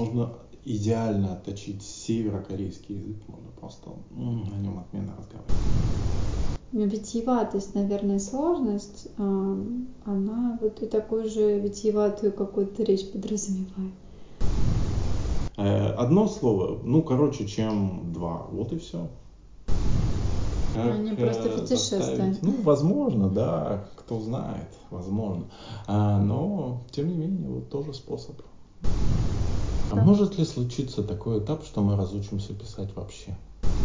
можно идеально отточить северокорейский язык, можно просто о нем отменно разговаривать. Витиеватость, наверное, сложность, она вот и такую же витиеватую какую-то речь подразумевает. Одно слово, короче, чем два, вот и все. Они просто фетишисты. Возможно, да, кто знает, возможно. Но, тем не менее, вот тоже способ. А может ли случиться такой этап, что мы разучимся писать вообще?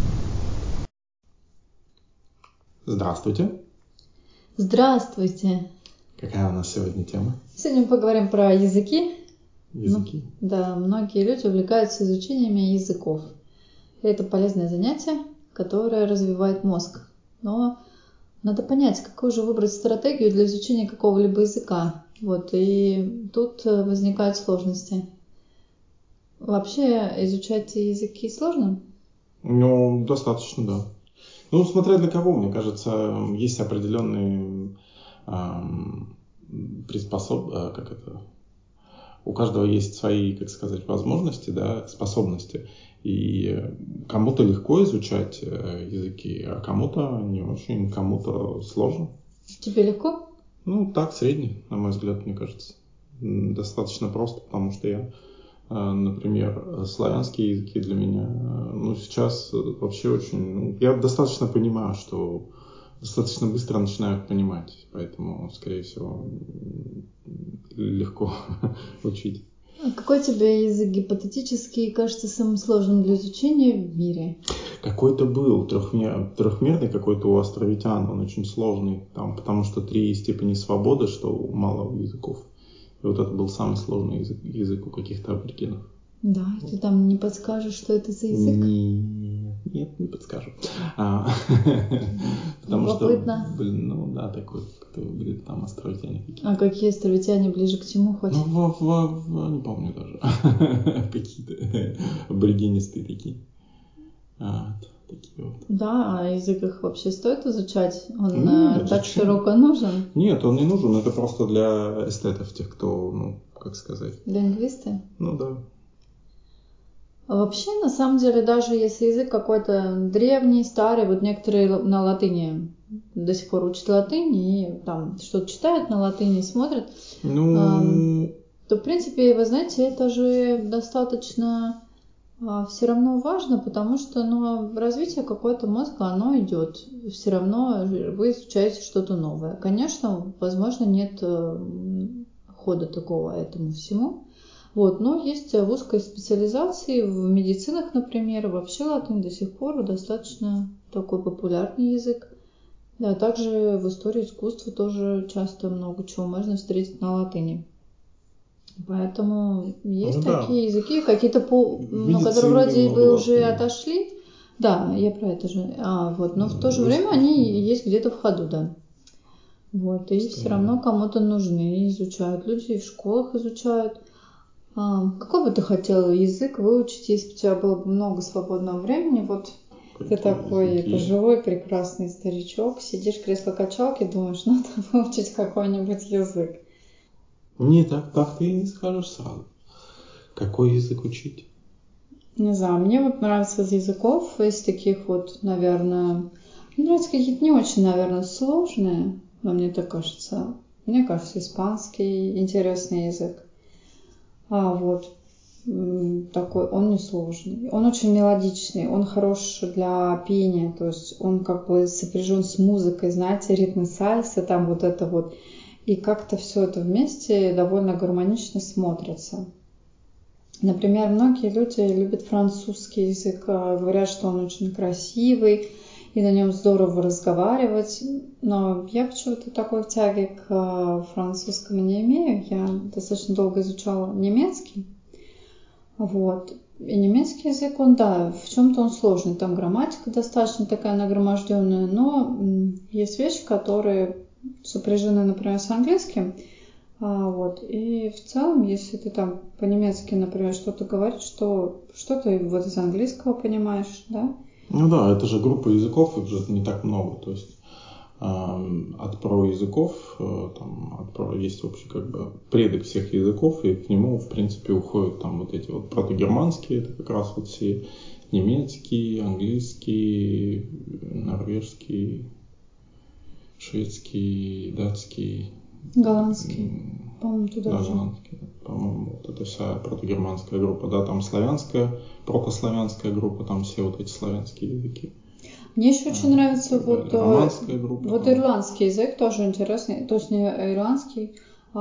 Здравствуйте. Здравствуйте. Какая у нас сегодня тема? Сегодня мы поговорим про языки. Языки? Да, многие люди увлекаются изучением языков. И это полезное занятие, которое развивает мозг. Но надо понять, какую же выбрать стратегию для изучения какого-либо языка. И тут возникают сложности. Вообще изучать языки сложно? Достаточно, да. Смотря для кого, мне кажется, есть определенные у каждого есть свои, возможности, да, способности. И кому-то легко изучать языки, а кому-то не очень, кому-то сложно. Тебе легко? Так, средний, на мой взгляд, мне кажется. Достаточно просто, потому что я, например, славянские языки для меня, сейчас вообще очень... Я достаточно понимаю, что достаточно быстро начинаю их понимать, поэтому, скорее всего, легко учить. А какой тебе язык гипотетически кажется самым сложным для изучения в мире? Какой-то был трехмерный какой-то у островитян, он очень сложный, потому что 3 степени свободы, что мало у языков. И вот это был самый сложный язык у каких-то аборигенов. Да, и ты там не подскажешь, что это за язык? Нет, не подскажу. Потому что, такой, кто говорит, там островитяне какие-то. А какие островитяне ближе к чему хоть? Не помню даже. Какие-то аборигенистые такие. Такие вот. Да, а язык их вообще стоит изучать? Он Нет, так зачем? широко нужен? Нет, он не нужен, это просто для эстетов, тех, кто, Лингвисты? Да. А вообще, на самом деле, даже если язык какой-то древний, старый, некоторые на латыни до сих пор учат латынь и там что-то читают на латыни, смотрят, то, в принципе, вы знаете, это же достаточно все равно важно, потому что развитие какое-то мозга, оно идет. Все равно вы изучаете что-то новое. Конечно, возможно, нет хода такого этому всему. Но есть узкие специализации в медицинах, например, вообще латынь до сих пор достаточно такой популярный язык. Да, также в истории искусства тоже часто много чего можно встретить на латыни. Поэтому есть такие языки, какие-то, которые вроде бы уже отошли. Да, я про это же. Но в то же время они есть где-то в ходу, да. И все равно кому-то нужны, изучают. Люди в школах изучают. Какой бы ты хотел язык выучить, если бы у тебя было бы много свободного времени? Ты такой пожилой, прекрасный старичок, сидишь в кресло-качалке, думаешь, надо выучить какой-нибудь язык. Не, так ты и не скажешь сразу. Какой язык учить? Не знаю, мне нравится из языков, из таких наверное, мне нравятся какие-то не очень, наверное, сложные, но мне так кажется. Мне кажется, испанский интересный язык. Такой, он несложный. Он очень мелодичный, он хорош для пения, то есть он сопряжен с музыкой, знаете, ритмы сальсы, там это. И как-то все это вместе довольно гармонично смотрится. Например, многие люди любят французский язык, говорят, что он очень красивый, и на нем здорово разговаривать. Но я почему-то такой тяги к французскому не имею. Я достаточно долго изучала немецкий. И немецкий язык, в чем-то он сложный. Там грамматика достаточно такая нагроможденная, но есть вещи, которые сопряжены, например, с английским. И в целом, если ты там по-немецки, например, что-то говоришь, что ты из английского понимаешь, да? Да, это же группа языков, их же не так много. То есть от проязыков, есть вообще как бы предок всех языков, и к нему, в принципе, уходят там вот эти вот протогерманские, это как раз вот все немецкий, английский, норвежский, шведский, датский. Голландский, по-моему, туда да, же. голландский, по-моему, вот это вся протогерманская группа, да, там славянская, протославянская группа, там все вот эти славянские языки. Мне еще очень нравится романская группа. Вот ирландский язык тоже интересный, то есть не ирландский,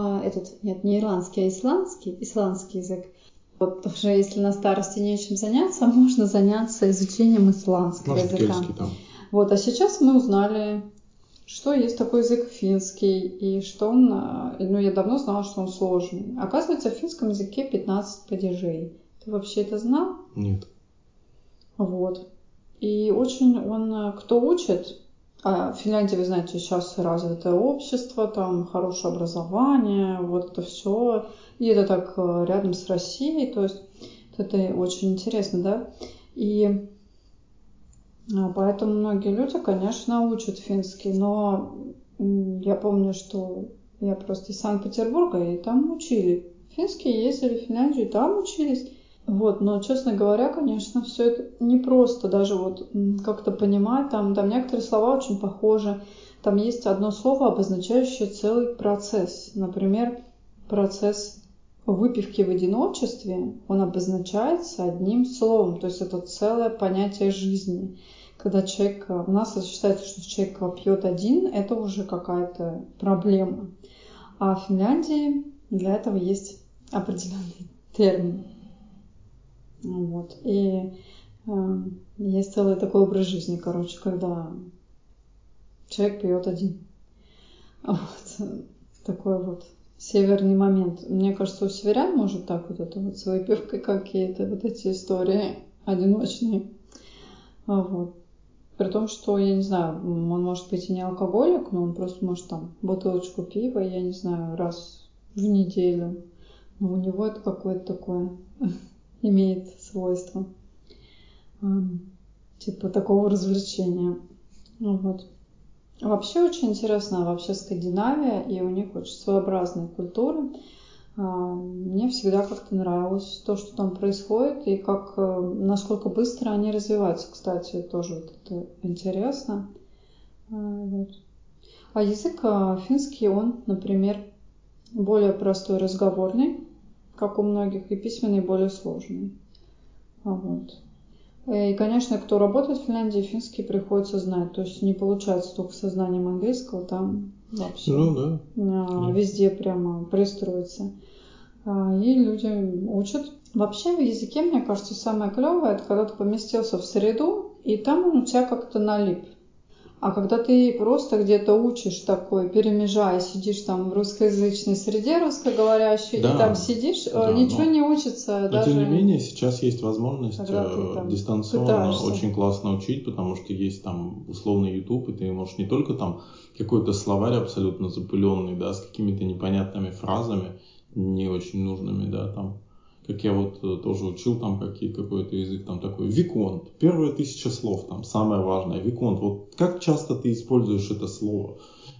не ирландский, а исландский язык. Вот тоже, если на старости нечем заняться, можно заняться изучением исландского языка. Кельтский там. Вот, а сейчас мы узнали, что есть такой язык финский, и что он, я давно знала, что он сложный. Оказывается, в финском языке 15 падежей. Ты вообще это знал? Нет. Вот. И очень он, кто учит, а в Финляндии, вы знаете, сейчас развитое общество, там хорошее образование, вот это все. И это так рядом с Россией, то есть это очень интересно, да. И поэтому многие люди, конечно, учат финский, но я помню, что я просто из Санкт-Петербурга, и там учили финский, ездили в Финляндию, и там учились. Вот, но, честно говоря, конечно, все это непросто даже вот как-то понимать. Там некоторые слова очень похожи. Там есть одно слово, обозначающее целый процесс. Например, процесс выпивки в одиночестве, он обозначается одним словом. То есть это целое понятие жизни. Когда человек, у нас считается, что человек пьет один, это уже какая-то проблема. А в Финляндии для этого есть определенный термин. Вот. И есть целый такой образ жизни, короче, когда человек пьет один. Вот. Такой вот северный момент. Мне кажется, у северян может так вот это вот с выпивкой какие-то вот эти истории одиночные. Вот. При том, что, я не знаю, он может быть и не алкоголик, но он просто может там бутылочку пива, я не знаю, раз в неделю. Но у него это какое-то такое имеет свойство типа такого развлечения. Вот. Вообще очень интересно вообще Скандинавия, и у них очень своеобразная культура. Мне всегда как-то нравилось то, что там происходит, и насколько быстро они развиваются, кстати, тоже вот это интересно. Вот. А язык финский, он, например, более простой разговорный, как у многих, и письменный более сложный. Вот. И, конечно, кто работает в Финляндии, финский приходится знать. То есть не получается только со знанием английского, там вообще везде прямо пристроиться. И люди учат. Вообще в языке, мне кажется, самое клевое, это когда ты поместился в среду, и там он у тебя как-то налип. А когда ты просто где-то учишь такой, перемежая, сидишь там в русскоязычной среде, русскоговорящей, да, и там сидишь, ничего не учится. Но даже тем не менее, сейчас есть возможность дистанционно пытаешься. Очень классно учить, потому что есть там условный YouTube, и ты можешь не только там какой-то словарь абсолютно запыленный, да, с какими-то непонятными фразами, не очень нужными, да, там, как я вот тоже учил там какой-то язык, там такой виконт, первые 1000 слов, там, самое важное, виконт, вот как часто ты используешь это слово?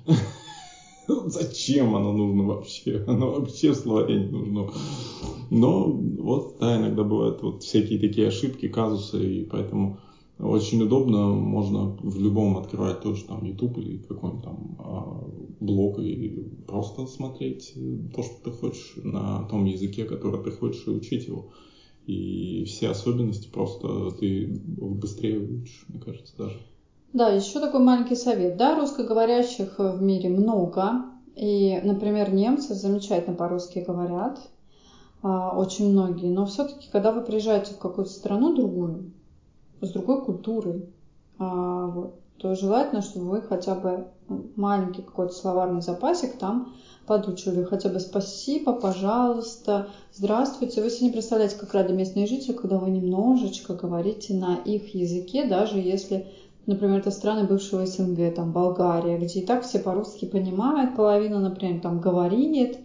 Зачем оно нужно вообще? Оно вообще в словаре не нужно. Но вот, да, иногда бывают вот всякие такие ошибки, казусы, и поэтому очень удобно, можно в любом открывать тот же там YouTube или какой-нибудь там блог и просто смотреть то, что ты хочешь на том языке, который ты хочешь, и учить его. И все особенности просто ты быстрее выучишь, мне кажется, даже. Да, еще такой маленький совет. Да, русскоговорящих в мире много. И, например, немцы замечательно по-русски говорят. Очень многие. Но все-таки, когда вы приезжаете в какую-то страну другую, с другой культурой, то желательно, чтобы вы хотя бы маленький какой-то словарный запасик там подучили. Хотя бы спасибо, пожалуйста, здравствуйте. Вы себе не представляете, как рады местные жители, когда вы немножечко говорите на их языке, даже если, например, это страны бывшего СНГ, там Болгария, где и так все по-русски понимают, половина, например, там говорит,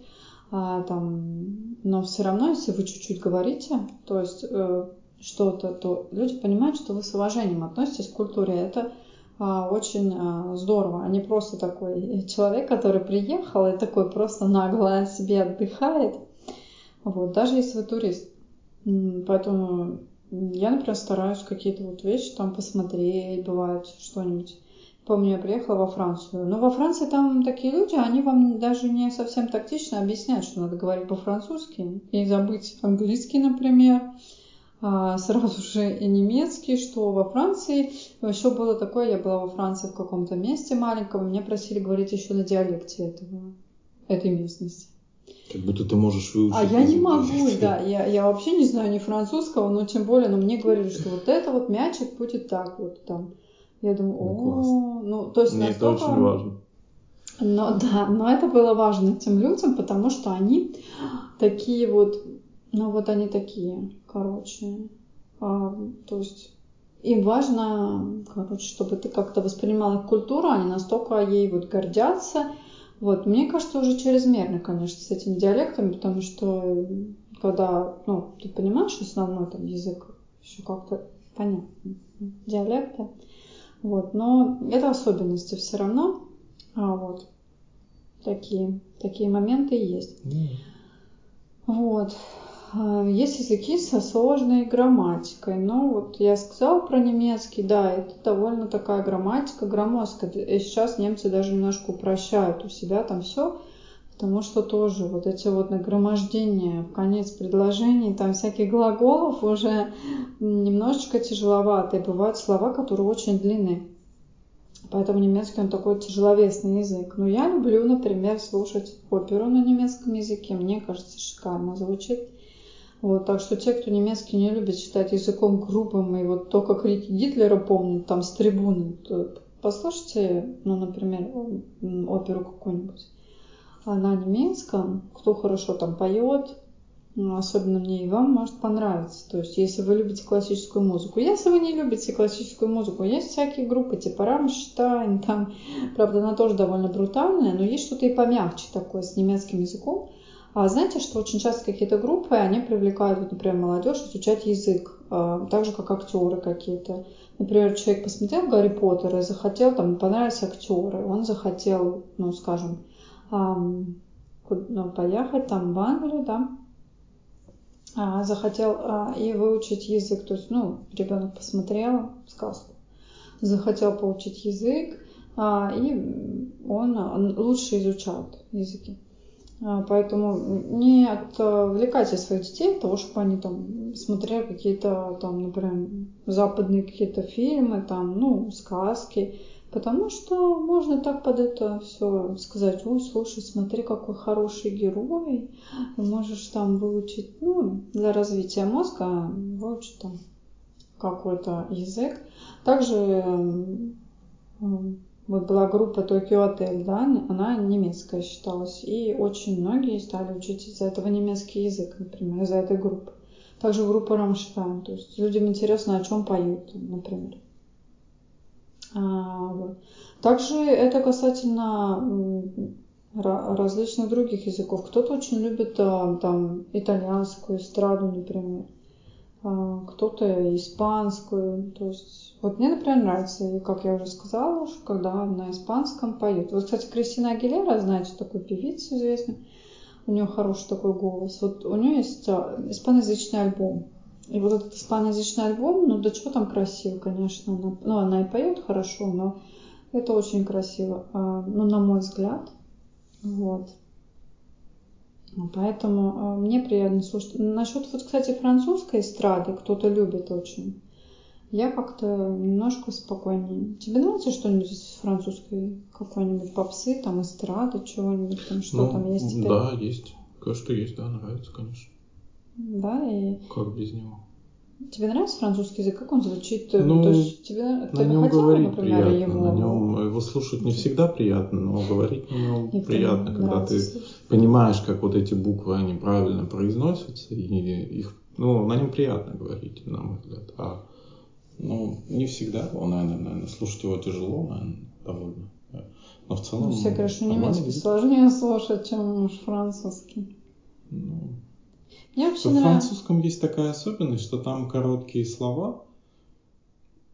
но все равно, если вы чуть-чуть говорите, то есть что-то, то люди понимают, что вы с уважением относитесь к культуре. Это очень здорово, а не просто такой человек, который приехал и такой просто нагло себе отдыхает. Вот, даже если вы турист. Поэтому я, например, стараюсь какие-то вот вещи там посмотреть, бывает что-нибудь. Помню, я приехала во Францию. Но во Франции там такие люди, они вам даже не совсем тактично объясняют, что надо говорить по-французски и забыть английский, например. Сразу же и немецкий, что во Франции. Еще было такое, я была во Франции в каком-то месте маленьком, и меня просили говорить еще на диалекте этой местности. Как будто ты можешь выучить. А я не могу, да, я вообще не знаю ни французского, но тем более, но мне говорили, что вот это вот мячик будет так вот там. Я думаю, то есть мне настолько... это очень важно. Но это было важно тем людям, потому что они такие вот, они такие, короче, то есть им важно, чтобы ты как-то воспринимал их культуру, они настолько ей вот гордятся. Вот, мне кажется, уже чрезмерно, конечно, с этими диалектами, потому что когда, ты понимаешь основной там язык, еще как-то понятно, диалекты, вот, но это особенности все равно, вот, такие моменты есть. Вот. Есть языки со сложной грамматикой. Вот я сказала про немецкий, да, это довольно такая грамматика громоздкая. И сейчас немцы даже немножко упрощают у себя там все, потому что тоже вот эти вот нагромождения в конец предложений, там всяких глаголов уже немножечко тяжеловато. И бывают слова, которые очень длинные. Поэтому немецкий, он такой тяжеловесный язык. Но я люблю, например, слушать оперу на немецком языке. Мне кажется, шикарно звучит. Вот, так что те, кто немецкий не любит читать языком грубым и вот только крики Гитлера помнят там с трибуны, то послушайте, например, оперу какую-нибудь на немецком, кто хорошо там поет, особенно мне и вам может понравиться. То есть, если вы любите классическую музыку. Если вы не любите классическую музыку, есть всякие группы типа Рамштайн, там, правда, она тоже довольно брутальная, но есть что-то и помягче такое с немецким языком. А знаете, что очень часто какие-то группы, они привлекают, вот, например, молодежь изучать язык, так же, как актеры какие-то. Например, человек посмотрел Гарри Поттера и захотел, там, понравились актеры, он захотел, скажем, поехать там в Англию, да, захотел и выучить язык, то есть, ребенок посмотрел сказку, захотел получить язык, и он лучше изучает языки. Поэтому не отвлекайте своих детей от того, чтобы они там смотрели какие-то там, например, западные какие-то фильмы, там, сказки, потому что можно так под это все сказать: ой, слушай, смотри, какой хороший герой, и можешь там выучить, для развития мозга выучить там какой-то язык. Также вот была группа Tokyo Hotel, да, она немецкая считалась, и очень многие стали учить из-за этого немецкий язык, например, из-за этой группы. Также группа Рамштайн, то есть людям интересно, о чем поют, например. Вот. Также это касательно различных других языков. Кто-то очень любит там итальянскую эстраду, например. Кто-то испанскую. То есть, вот мне, например, нравится, и как я уже сказала, когда на испанском поют. Вот, кстати, Кристина Агилера, знаете, такую певицу известную, у нее хороший такой голос. Вот у нее есть испаноязычный альбом. И вот этот испаноязычный альбом, да что там красиво, конечно. Она и поет хорошо, но это очень красиво, на мой взгляд. Вот. Поэтому мне приятно слушать. Насчет, вот, кстати, французской эстрады, кто-то любит очень. Я как-то немножко спокойнее. Тебе нравится что-нибудь из французской, какой-нибудь попсы, там, эстрады, чего-нибудь там, что там есть теперь? Да, есть. Кое-что есть, да, нравится, конечно. Да, и... Как без него? Тебе нравится французский язык? Как он звучит? То есть ты на нем хотела, говорить например, приятно, на нем его слушать не всегда приятно, но говорить на нем приятно, когда ты понимаешь, как вот эти буквы, они правильно произносятся, и их, на нем приятно говорить, на мой взгляд. Не всегда, наверное, слушать его тяжело, наверное, довольно. Но в целом... Все говорят, что немецкий сложнее слушать, чем уж французский. Мне вообще в французском есть такая особенность, что там короткие слова,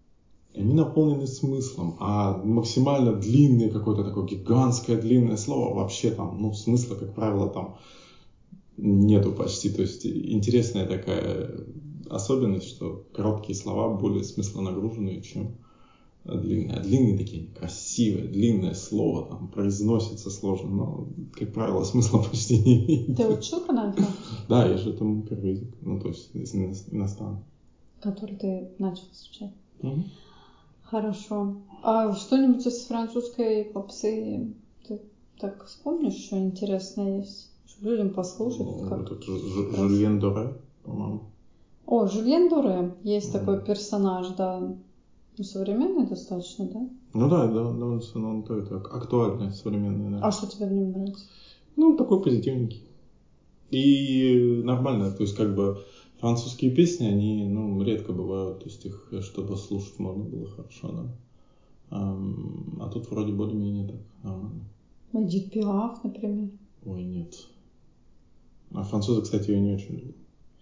они наполнены смыслом, а максимально длинное какое-то такое гигантское длинное слово вообще там, ну, смысла, как правило, там нету почти. То есть интересная такая особенность, что короткие слова более смыслонагруженные, чем длинные. А длинные такие красивые, длинное слово там произносится сложно, но, как правило, смысла почти не имеет. Ты учил канадском? Да, я же этому первый язык, ну, то есть иностранный. Который ты начал изучать. Угу. Хорошо. А что-нибудь из французской попсы ты так вспомнишь, что интересное есть? Чтобы людям послушать. Ну, как этот Жюльен Доре, по-моему. О, Жюльен Доре. Есть такой персонаж, да. Современный достаточно, да? Ну да, он это актуальный, современный, да. А что тебе в нем нравится? Ну, такой позитивненький. И нормально, то есть как бы французские песни, они, ну, редко бывают, то есть их, чтобы слушать можно было хорошо, да. А тут вроде более-менее так нормально. Эдит Пиаф, например. Ой, нет. А французы, кстати, ее не очень любят.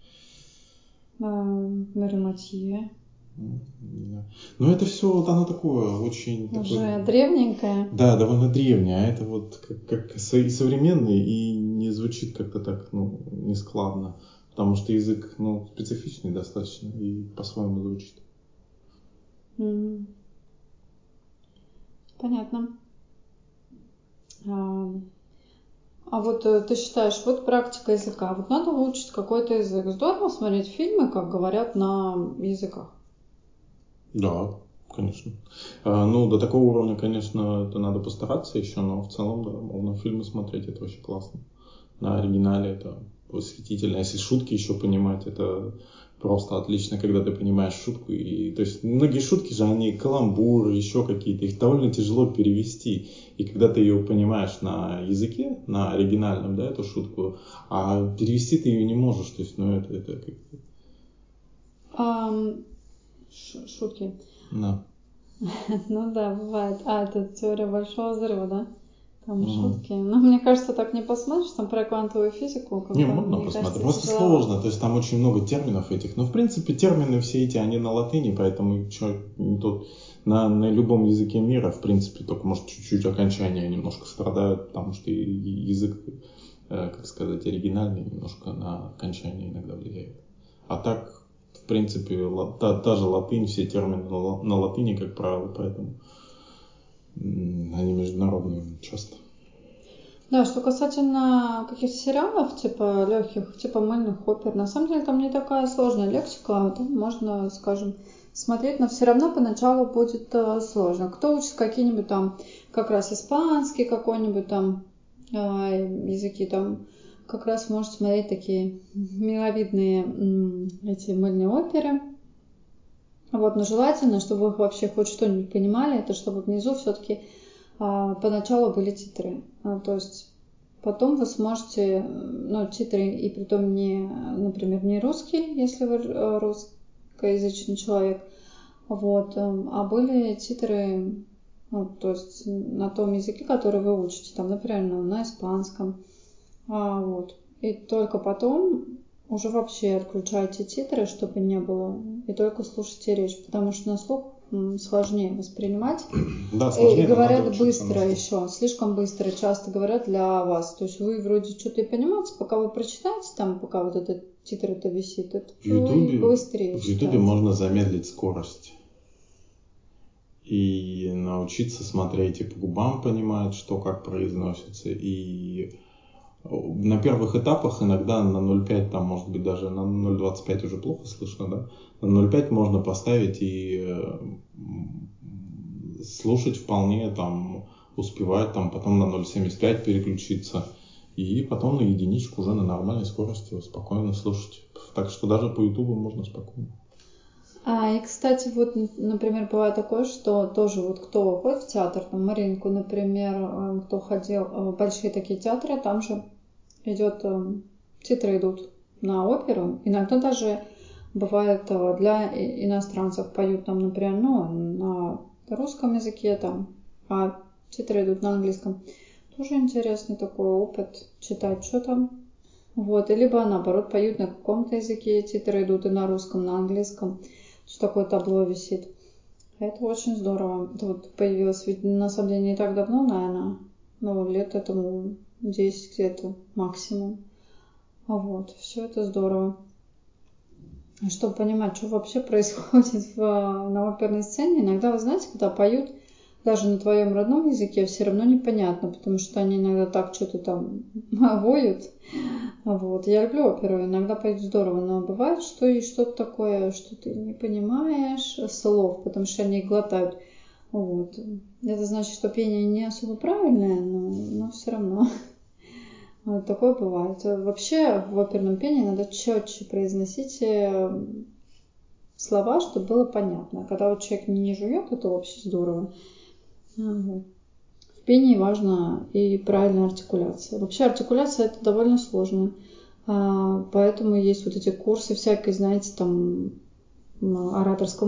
Мэри Матье. Да. Но это все, вот оно такое, очень Уже такое... древненькое. Да, довольно древнее, а это вот как и современный, и не звучит как-то так, ну, нескладно. Потому что язык, ну, специфичный достаточно и по-своему звучит. Понятно. А вот ты считаешь, вот практика языка, вот надо выучить какой-то язык. Здорово смотреть фильмы, как говорят на языках. Да, конечно. Ну, до такого уровня, конечно, это надо постараться еще, но в целом, да, можно фильмы смотреть, это вообще классно. На оригинале это восхитительно. Если шутки еще понимать, это просто отлично, когда ты понимаешь шутку. И, то есть многие шутки же, они каламбуры, еще какие-то, их довольно тяжело перевести. И когда ты ее понимаешь на языке, на оригинальном, да, эту шутку, а перевести ты ее не можешь. То есть, ну, это как... Шутки. Да. Ну да, бывает. Это теория большого взрыва, да? Там шутки. Но мне кажется, так не посмотришь, там про квантовую физику. Не, можно посмотреть. Просто сложно, то есть там очень много терминов этих. Но в принципе термины все эти, они на латыни, поэтому тут на любом языке мира, в принципе, только может чуть-чуть окончания немножко страдают, потому что язык, как сказать, оригинальный немножко на окончание иногда влияет. А так, в принципе, та же латынь, все термины на латыни, как правило, поэтому они международные часто. Да, что касательно каких-то сериалов, типа легких, типа мыльных опер, на самом деле там не такая сложная лексика, там можно, скажем, смотреть, но все равно поначалу будет сложно. Кто учит какие-нибудь там, как раз испанский какой-нибудь там языки, там как раз может смотреть такие миловидные эти мыльные оперы. Вот, но желательно, чтобы вы вообще хоть что-нибудь понимали, это чтобы внизу все-таки поначалу были титры. То есть потом вы сможете, ну, титры, и притом не, например, не русский, если вы русскоязычный человек, вот, а были титры, ну, то есть на том языке, который вы учите, там, например, на испанском, вот. И только потом уже вообще отключайте титры, чтобы не было, и только слушайте речь, потому что на слух сложнее воспринимать. Да, сложнее, и говорят надо быстро еще, слишком быстро часто говорят для вас. То есть вы вроде что-то и понимаете, пока вы прочитаете, там, пока вот этот титр это висит, это вы быстрее в Ютубе можно замедлить скорость и научиться смотреть и по губам понимать, что как произносится. И на первых этапах иногда на 0,5, там может быть даже на 0,25 уже плохо слышно, да? На 0,5 можно поставить и слушать вполне, там, успевать, там, потом на 0,75 переключиться. И потом на единичку уже на нормальной скорости спокойно слушать. Так что даже по Ютубу можно спокойно. И, кстати, вот, например, бывает такое, что тоже вот кто ходит в театр, там, Маринку, например, кто ходил в большие такие театры, там же идет, титры идут на оперу. Иногда даже бывает для иностранцев поют там, например, ну, на русском языке там, а титры идут на английском. Тоже интересный такой опыт, читать, что там. Вот, и либо наоборот поют на каком-то языке, титры идут и на русском, на английском. Что такое табло висит. Это очень здорово. Это вот появилось, ведь на самом деле не так давно, наверное, лет этому 10 где-то максимум. Вот, все это здорово. Чтобы понимать, что вообще происходит на оперной сцене, иногда, вы знаете, когда поют даже на твоем родном языке, все равно непонятно, потому что они иногда так что-то там воют. Вот. Я люблю оперу, иногда поют здорово, но бывает, что и что-то такое, что ты не понимаешь слов, потому что они их глотают. Вот. Это значит, что пение не особо правильное, но все равно. Вот такое бывает. Вообще в оперном пении надо четче произносить слова, чтобы было понятно. Когда вот человек не жует, это вообще здорово. В пении важна и правильная артикуляция. Вообще артикуляция это довольно сложно. Поэтому есть вот эти курсы всякие, знаете, там ораторского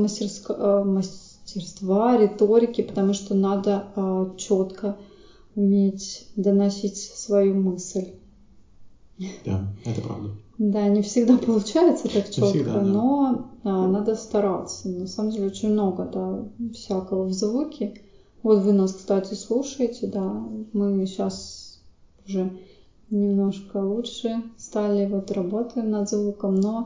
мастерства, риторики, потому что надо четко уметь доносить свою мысль. Да, это правда. Да, не всегда получается так четко, всегда, да. но надо стараться. На самом деле очень много всякого в звуке. Вот вы нас, кстати, слушаете, да, мы сейчас уже немножко лучше стали, вот работаем над звуком, но,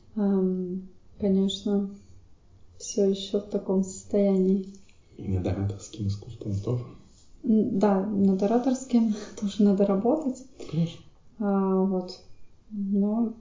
конечно, все еще в таком состоянии. И над ораторским искусством тоже. Да, над ораторским тоже надо работать. Конечно. Вот. Но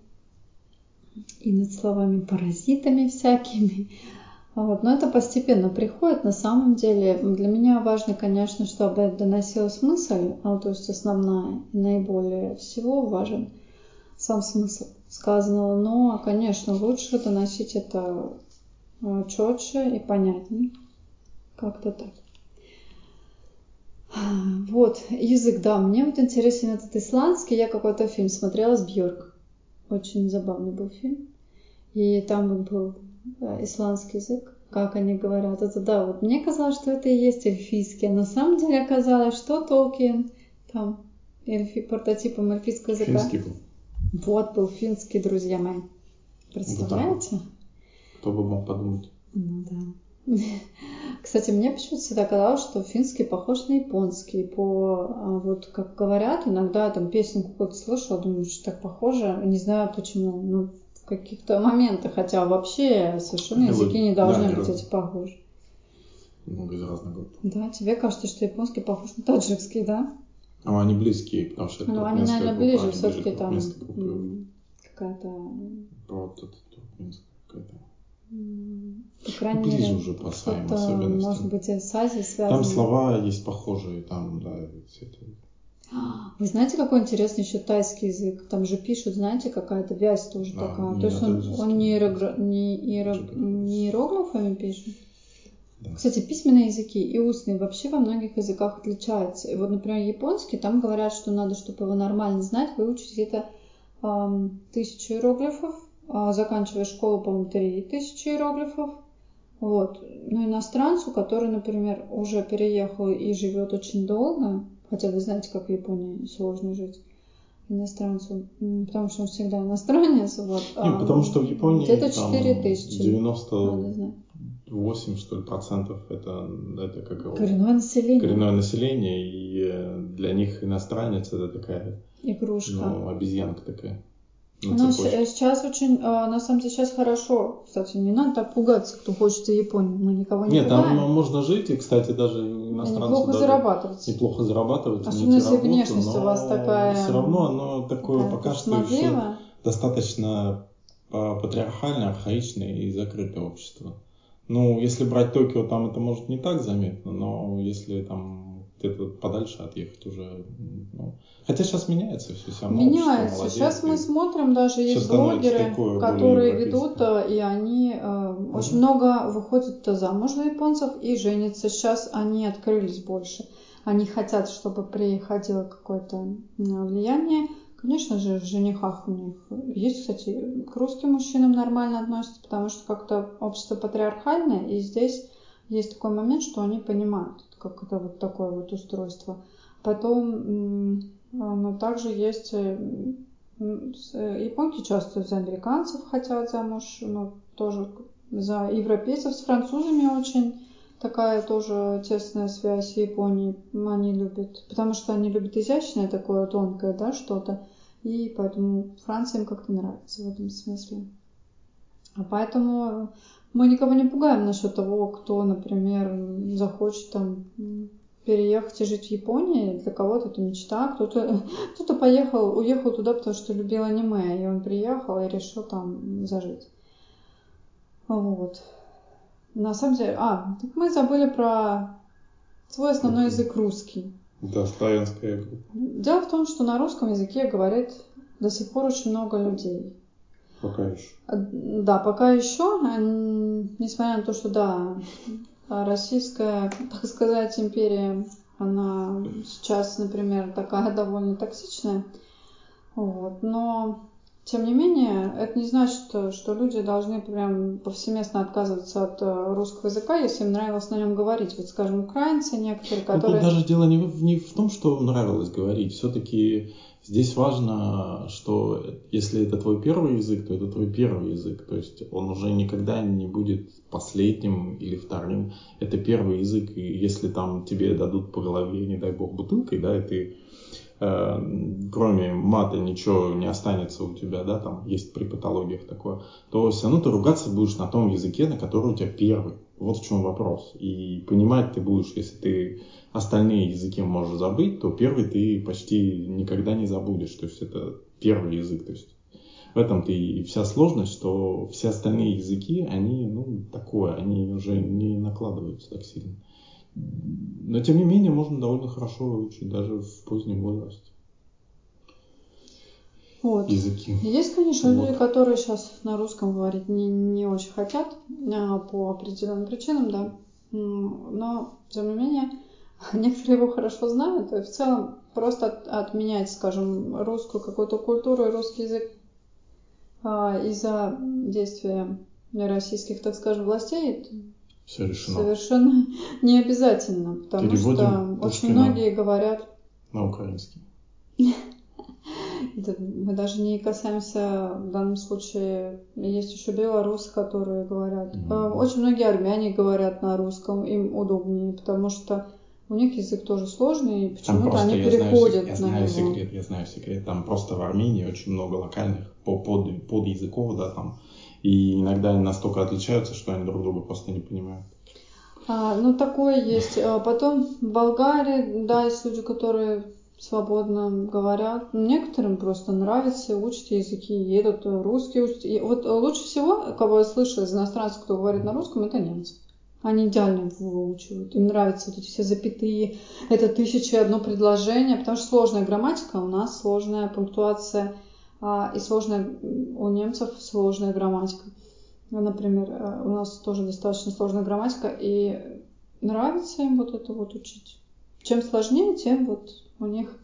и над словами-паразитами всякими. Вот. Но это постепенно приходит. На самом деле для меня важно, конечно, чтобы доносилась мысль, то есть основная, и наиболее всего важен сам смысл сказанного. Но, конечно, лучше доносить это четче и понятнее. Как-то так. Вот, язык, да, мне вот интересен этот исландский. Я какой-то фильм смотрела с Бьорк. Очень забавный был фильм. И там вот был исландский язык, как они говорят. Это да, вот мне казалось, что это и есть эльфийский, а на самом деле оказалось, что Толкин там прототипом эльфийского языка. Финский был. Вот был финский, друзья мои. Представляете? Кто бы мог подумать. Ну да. Кстати, мне почему-то всегда казалось, что финский похож на японский. Вот как говорят, иногда там песенку какую-то слышала, думаю, что так похоже. Не знаю почему. В каких-то моментах, хотя вообще совершенно языки не должны быть эти похожи. Много из разных групп. Да, тебе кажется, что японский похож на таджикский, да? Они близкие, потому что это они, наверное, группа, ближе все-таки там какая-то... Вот это туркменская какая-то. По крайней мере, ближе уже по своим особенностям. Может быть, с Азией связано. Там слова есть похожие, там, да, все это. Вы знаете, какой интересный еще тайский язык? Там же пишут, знаете, какая-то вязь тоже такая. То есть он не иероглифами пишет. Да. Кстати, письменные языки и устные вообще во многих языках отличаются. И вот, например, японский, там говорят, что надо, чтобы его нормально знать, выучить где-то 1000 иероглифов. Заканчивая школу, по-моему, 3000 иероглифов. Вот. Но иностранцу, который, например, уже переехал и живет очень долго, хотя вы знаете, как в Японии сложно жить иностранцу, потому что он всегда иностранец. Вот. Нет, потому что в Японии где-то 4000. 98, что ли, процентов это как коренное население. Коренное население, и для них иностранец это такая игрушка. Обезьянка такая. Сейчас очень, на самом деле, сейчас хорошо. Кстати, не надо так пугаться, кто хочет в Японию. Мы никого не пугаем. Нет, там можно жить, и, кстати, даже иностранцу неплохо зарабатывать. Неплохо зарабатывать. Особенно если внешность у вас такая. Все равно оно такое пока что еще достаточно патриархальное, архаичное и закрытое общество. Если брать Токио, там это может не так заметно, но если там где-то подальше отъехать уже... Хотя сейчас меняется все равно. Меняется. Сейчас мы смотрим, даже есть блогеры, которые ведут, и они очень много выходят замуж за японцев и женятся. Сейчас они открылись больше. Они хотят, чтобы приходило какое-то влияние. Конечно же, в женихах у них есть, кстати, к русским мужчинам нормально относятся, потому что как-то общество патриархальное, и здесь есть такой момент, что они понимают, как это вот такое вот устройство. Потом, также есть японки часто за американцев хотят замуж, тоже за европейцев, с французами очень такая тоже тесная связь с Японией. Они любят, потому что они любят изящное такое, тонкое, да, что-то. И поэтому Франция им как-то нравится в этом смысле. А поэтому мы никого не пугаем насчет того, кто, например, захочет там переехать и жить в Японии. Для кого-то это мечта, кто-то уехал туда, потому что любил аниме, и он приехал и решил там зажить. Вот. На самом деле, так мы забыли про свой основной язык русский. Да, славянская группа. Дело в том, что на русском языке говорит до сих пор очень много людей. Пока еще. Да, пока еще, несмотря на то, что да, российская, так сказать, империя, она сейчас, например, такая довольно токсичная, вот, но тем не менее, это не значит, что люди должны прям повсеместно отказываться от русского языка, если им нравилось на нем говорить. Вот, скажем, украинцы некоторые, которые... Тут даже дело не в том, что нравилось говорить. Все-таки здесь важно, что если это твой первый язык, то это твой первый язык. То есть он уже никогда не будет последним или вторым. Это первый язык, и если там тебе дадут по голове, не дай бог, бутылкой, да, и ты... кроме мата ничего не останется у тебя, да, там есть при патологиях такое, то все равно ты ругаться будешь на том языке, на который у тебя первый. Вот в чем вопрос. И понимать ты будешь, если ты остальные языки можешь забыть, то первый ты почти никогда не забудешь. То есть это первый язык. То есть в этом-то и вся сложность, что все остальные языки, они, такое, они уже не накладываются так сильно. Но, тем не менее, можно довольно хорошо выучить даже в позднем возрасте. Вот. Языки. Есть, конечно, люди, которые сейчас на русском говорить не очень хотят по определенным причинам, да. Но, тем не менее, некоторые его хорошо знают. И в целом просто отменять, скажем, русскую какую-то культуру и русский язык из-за действия российских, так скажем, властей, все решено. Совершенно не обязательно, потому Переводим что Пушкина очень многие говорят... на украинский. Мы даже не касаемся в данном случае. Есть еще белорусы, которые говорят. Очень многие армяне говорят на русском, им удобнее, потому что у них язык тоже сложный, и почему-то они переходят на него. Я знаю секрет. Там просто в Армении очень много локальных подязыков, да, там. И иногда они настолько отличаются, что они друг друга просто не понимают. Такое есть. Потом в Болгарии, да, есть люди, которые свободно говорят. Некоторым просто нравится, учат языки, едут русский учат. И вот лучше всего, кого я слышала из иностранцев, кто говорит на русском, это немцы. Они идеально выучивают. Им нравятся вот эти все запятые, это 1001 предложение, потому что сложная грамматика, у нас сложная пунктуация, и сложная у немцев сложная грамматика. Например, у нас тоже достаточно сложная грамматика, и нравится им вот это вот учить. Чем сложнее, тем вот у них,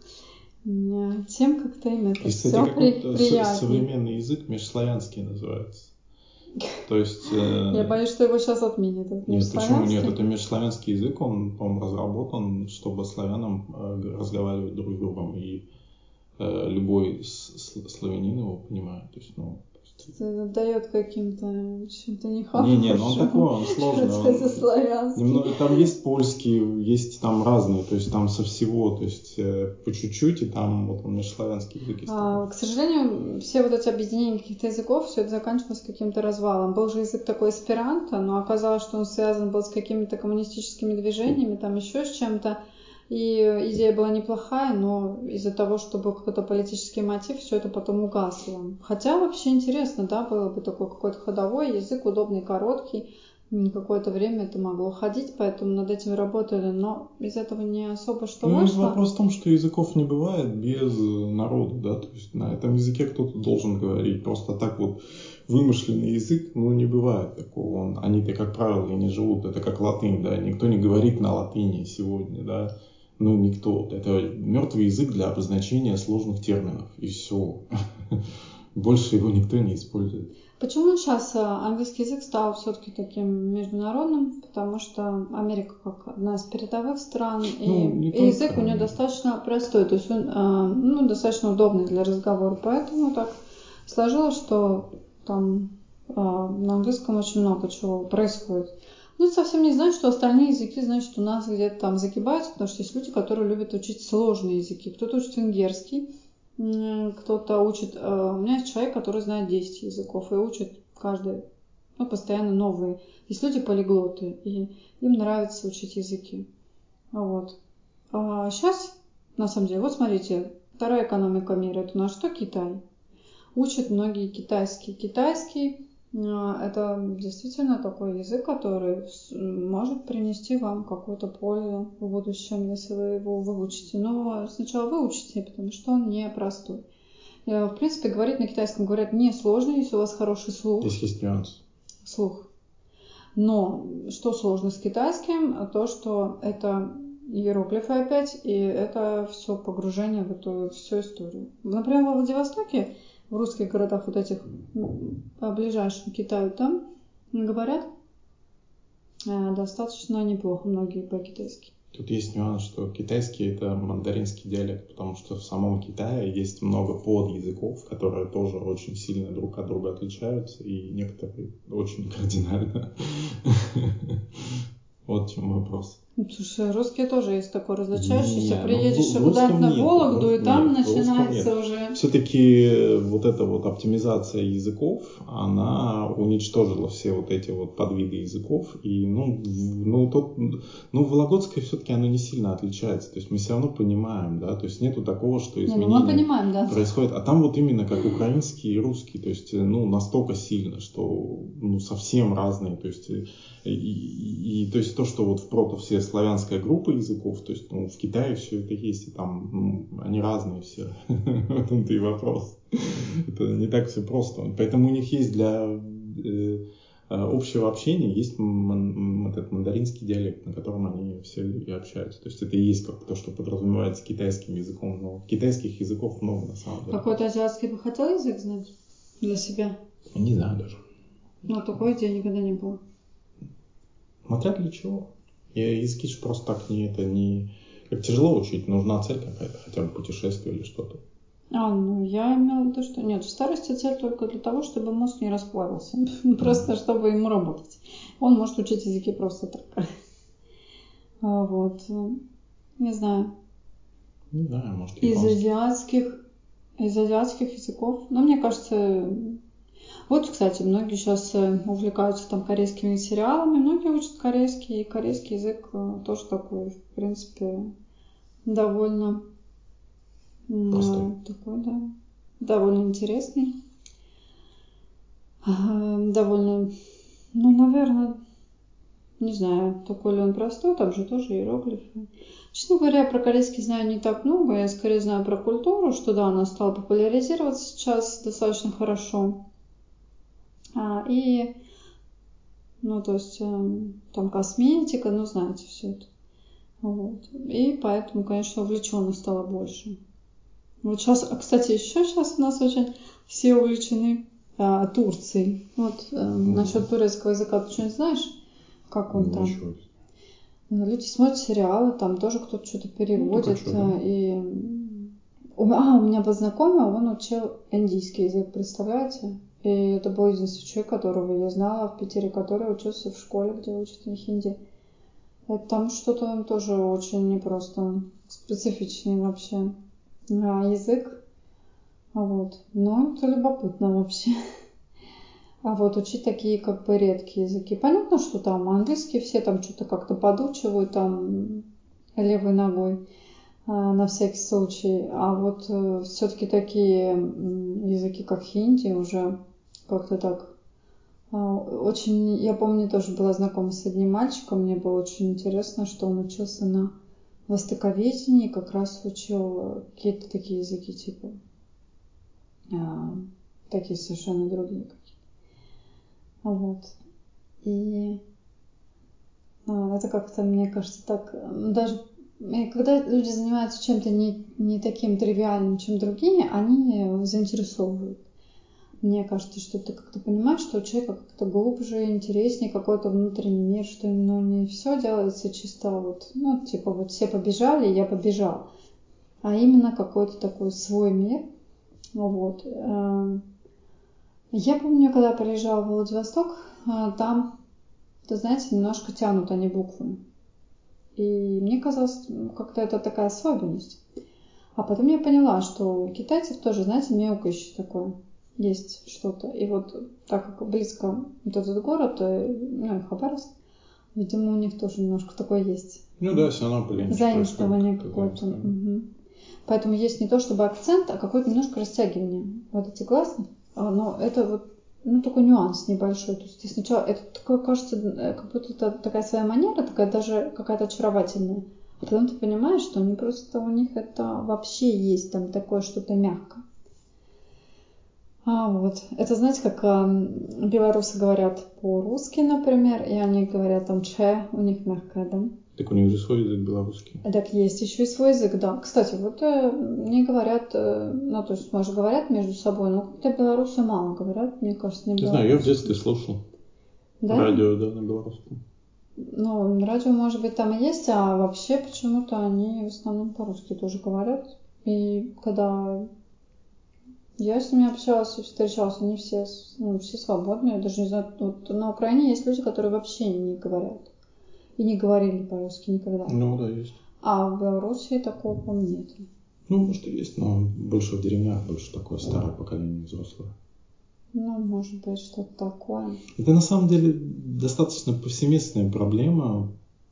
тем как-то им это все приятнее. Современный язык межславянский называется. То есть... Я боюсь, что его сейчас отменят. Нет, почему нет? Это межславянский язык, он, по-моему, разработан, чтобы славянам разговаривать друг с другом. И любой славянин его понимает. То есть, это дает каким-то чем-то нехорошим. Не, он такой, он сложный. Там есть польский, есть там разные, то есть там со всего, то есть по чуть-чуть, и там вот он межславянский язык. К сожалению, все вот эти объединения каких-то языков, все это заканчивалось каким-то развалом. Был же язык такой эсперанто, но оказалось, что он связан был с какими-то коммунистическими движениями, там еще с чем-то. И идея была неплохая, но из-за того, что был какой-то политический мотив, все это потом угасло. Хотя вообще интересно, да, было бы такой какой-то ходовой язык, удобный, короткий. Какое-то время это могло ходить, поэтому над этим работали, но из этого не особо что вышло. Вопрос в том, что языков не бывает без народа, да, то есть на этом языке кто-то должен говорить. Просто так вот вымышленный язык, не бывает такого. Они-то, как правило, и не живут. Это как латынь, да, никто не говорит на латыни сегодня, да. Никто. Это мертвый язык для обозначения сложных терминов. И все. Больше его никто не использует. Почему сейчас английский язык стал все-таки таким международным? Потому что Америка как одна из передовых стран, и язык у нее достаточно простой, то есть он достаточно удобный для разговора. Поэтому так сложилось, что там на английском очень много чего происходит. Ну, это совсем не значит, что остальные языки, значит, у нас где-то там загибаются, потому что есть люди, которые любят учить сложные языки. Кто-то учит венгерский, кто-то учит... У меня есть человек, который знает 10 языков и учит каждый, ну, постоянно новые. Есть люди полиглоты, и им нравится учить языки. Вот. А сейчас, на самом деле, вот смотрите, вторая экономика мира, это у нас что? Китай. Учат многие китайский. Китайский это действительно такой язык, который может принести вам какую-то пользу в будущем, если вы его выучите. Но сначала выучите, потому что он непростой. В принципе, говорить на китайском, говорят, не сложно, если у вас хороший слух. Здесь есть нюанс. Слух. Но что сложно с китайским? То, что это иероглифы опять, и это все погружение в эту всю историю. Например, во Владивостоке, в русских городах вот этих ближайших к Китаю, там говорят достаточно неплохо многие по-китайски. Тут есть нюанс, что китайский — это мандаринский диалект, потому что в самом Китае есть много подязыков, которые тоже очень сильно друг от друга отличаются, и некоторые очень кардинально. Вот в чем вопрос. Слушай, русские тоже есть такой различающийся. Не, приедешь куда-то на Вологду, и там начинается уже... Все-таки вот эта вот оптимизация языков, она уничтожила все вот эти вот подвиды языков. И, вологодское все-таки оно не сильно отличается. То есть мы все равно понимаем, да, то есть нету такого, что изменения мы понимаем, да, происходят. А там вот именно как украинский и русский, то есть, настолько сильно, что, совсем разные. То есть, то есть то, что вот в прото все славянская группа языков, то есть в Китае все это есть, и там они разные все. В этом-то и вопрос. Это не так все просто. Поэтому у них есть для общего общения есть этот мандаринский диалект, на котором они все и общаются. То есть это и есть как то, что подразумевается китайским языком. Но китайских языков много на самом деле. Какой-то азиатский бы хотел язык знать для себя? Не знаю даже. Но такой идеи никогда не было. Смотря для чего. Языки же просто так не... Как тяжело учить, нужна цель какая-то, хотя бы путешествие или что-то. Я имела в виду, что нет, в старости цель только для того, чтобы мозг не расплавился. Просто чтобы ему работать. Он может учить языки просто так. Вот. Не знаю. Не знаю, может, Из азиатских языков. Но мне кажется... Вот, кстати, многие сейчас увлекаются там корейскими сериалами, многие учат корейский, и корейский язык тоже такой, в принципе, довольно такой, да, довольно интересный, довольно, наверное, не знаю, такой ли он простой, там же тоже иероглифы. Честно говоря, про корейский знаю не так много, я скорее знаю про культуру, что да, она стала популяризироваться сейчас достаточно хорошо. И, то есть, там косметика, знаете, все это. Вот. И поэтому, конечно, увлеченность стало больше. Вот сейчас, кстати, еще сейчас у нас очень все увлечены Турцией. Вот насчет турецкого языка ты что-нибудь знаешь? Как он там? Люди смотрят сериалы, там тоже кто-то что-то переводит. У меня был знакомый, он учил индийский язык, представляете? И это был единственный человек, которого я знала в Питере, который учился в школе, где учат хинди. Там что-то он тоже очень непросто, специфичный вообще язык. Вот. Но это любопытно вообще. А вот учить такие как бы редкие языки. Понятно, что там английский все там что-то как-то подучивают там левой ногой на всякий случай. А вот все-таки такие языки, как хинди, уже как-то так очень... Я помню, тоже была знакома с одним мальчиком, мне было очень интересно, что он учился на востоковедении, как раз учил какие-то такие языки, типа такие совершенно другие какие-то. Вот. И это как-то, мне кажется, так... Даже когда люди занимаются чем-то не таким тривиальным, чем другие, они заинтересовывают. Мне кажется, что ты как-то понимаешь, что у человека как-то глубже, интереснее какой-то внутренний мир, что не все делается чисто вот, все побежали, я побежал, а именно какой-то такой свой мир. Вот. Я помню, когда приезжала в Владивосток, там то, знаете, немножко тянут они буквы. И мне казалось, как-то это такая особенность. А потом я поняла, что у китайцев тоже, знаете, мяукающее такое есть что-то. И вот так как близко вот этот город, ну и Хабаровск, видимо, у них тоже немножко такое есть. Ну да, все равно поленечко. Заимствование какое-то. Угу. Поэтому есть не то чтобы акцент, а какое-то немножко растягивание вот эти гласных. Но это вот такой нюанс небольшой. То есть сначала это такое, кажется, как будто это такая своя манера, такая даже какая-то очаровательная. А потом ты понимаешь, что они просто у них это вообще есть там такое что-то мягкое. Вот. Это, знаете, как белорусы говорят по-русски, например, и они говорят там че, у них мягкое, да? Так у них же свой язык белорусский. Так есть еще и свой язык, да. Кстати, вот мне говорят, ну, то есть, может, говорят между собой, но как-то белорусы мало говорят, мне кажется, не знаю, я в детстве слушал. Да? Радио, да, на белорусском. Ну, радио, может быть, там и есть, а вообще почему-то они в основном по-русски тоже говорят. И когда я с ними общалась и встречалась, они все свободные. Я даже не знаю, вот на Украине есть люди, которые вообще не говорят. И не говорили по-русски никогда. Ну, да, есть. А в Беларуси такого, по-моему, нет. Ну, может, и есть, но больше в деревнях, больше такое старое поколение взрослое. Ну, может быть, что-то такое. Это на самом деле достаточно повсеместная проблема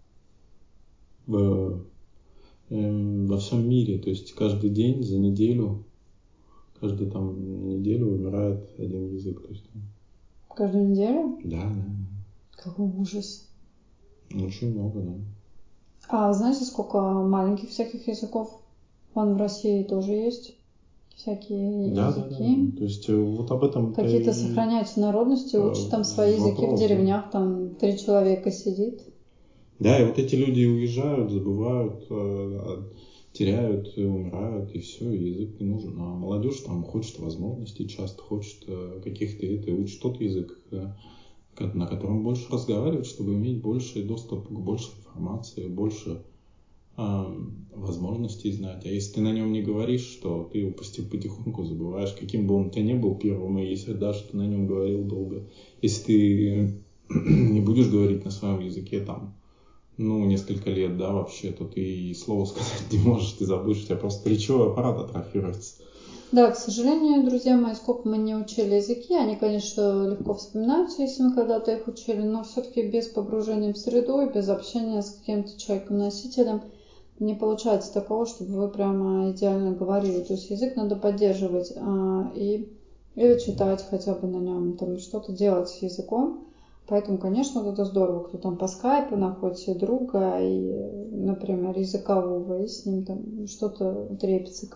во всем мире. То есть каждый день за неделю, каждую там неделю умирает один язык. То есть, Каждую неделю? Да. Какой ужас. Очень много, да. А знаете, сколько маленьких всяких языков? Вон в России тоже есть всякие языки. Да. То есть вот об этом какие-то сохраняются народности, учат там свои языки в деревнях, там 3 человека сидит. Да, и вот эти люди уезжают, забывают, теряют, умирают, и все, и язык не нужен. А молодежь там хочет возможностей, часто хочет каких-то, и учит тот язык, на котором больше разговаривать, чтобы иметь больше доступ к больше информации, больше возможностей знать. А если ты на нем не говоришь, что ты его потихоньку забываешь, каким бы он у тебя не был первым, и если даже ты на нем говорил долго, если ты не будешь говорить на своем языке там, несколько лет, да, вообще, то ты и слова сказать не можешь, ты забудешь, у тебя просто речевой аппарат атрофируется. Да, к сожалению, друзья мои, сколько мы не учили языки, они, конечно, легко вспоминаются, если мы когда-то их учили, но все-таки без погружения в среду и без общения с каким-то человеком-носителем не получается такого, чтобы вы прямо идеально говорили. То есть язык надо поддерживать или читать хотя бы на нем, там что-то делать с языком. Поэтому, конечно, вот это здорово, кто там по скайпу находит себе друга, и, например, языкового, и с ним там что-то трепится,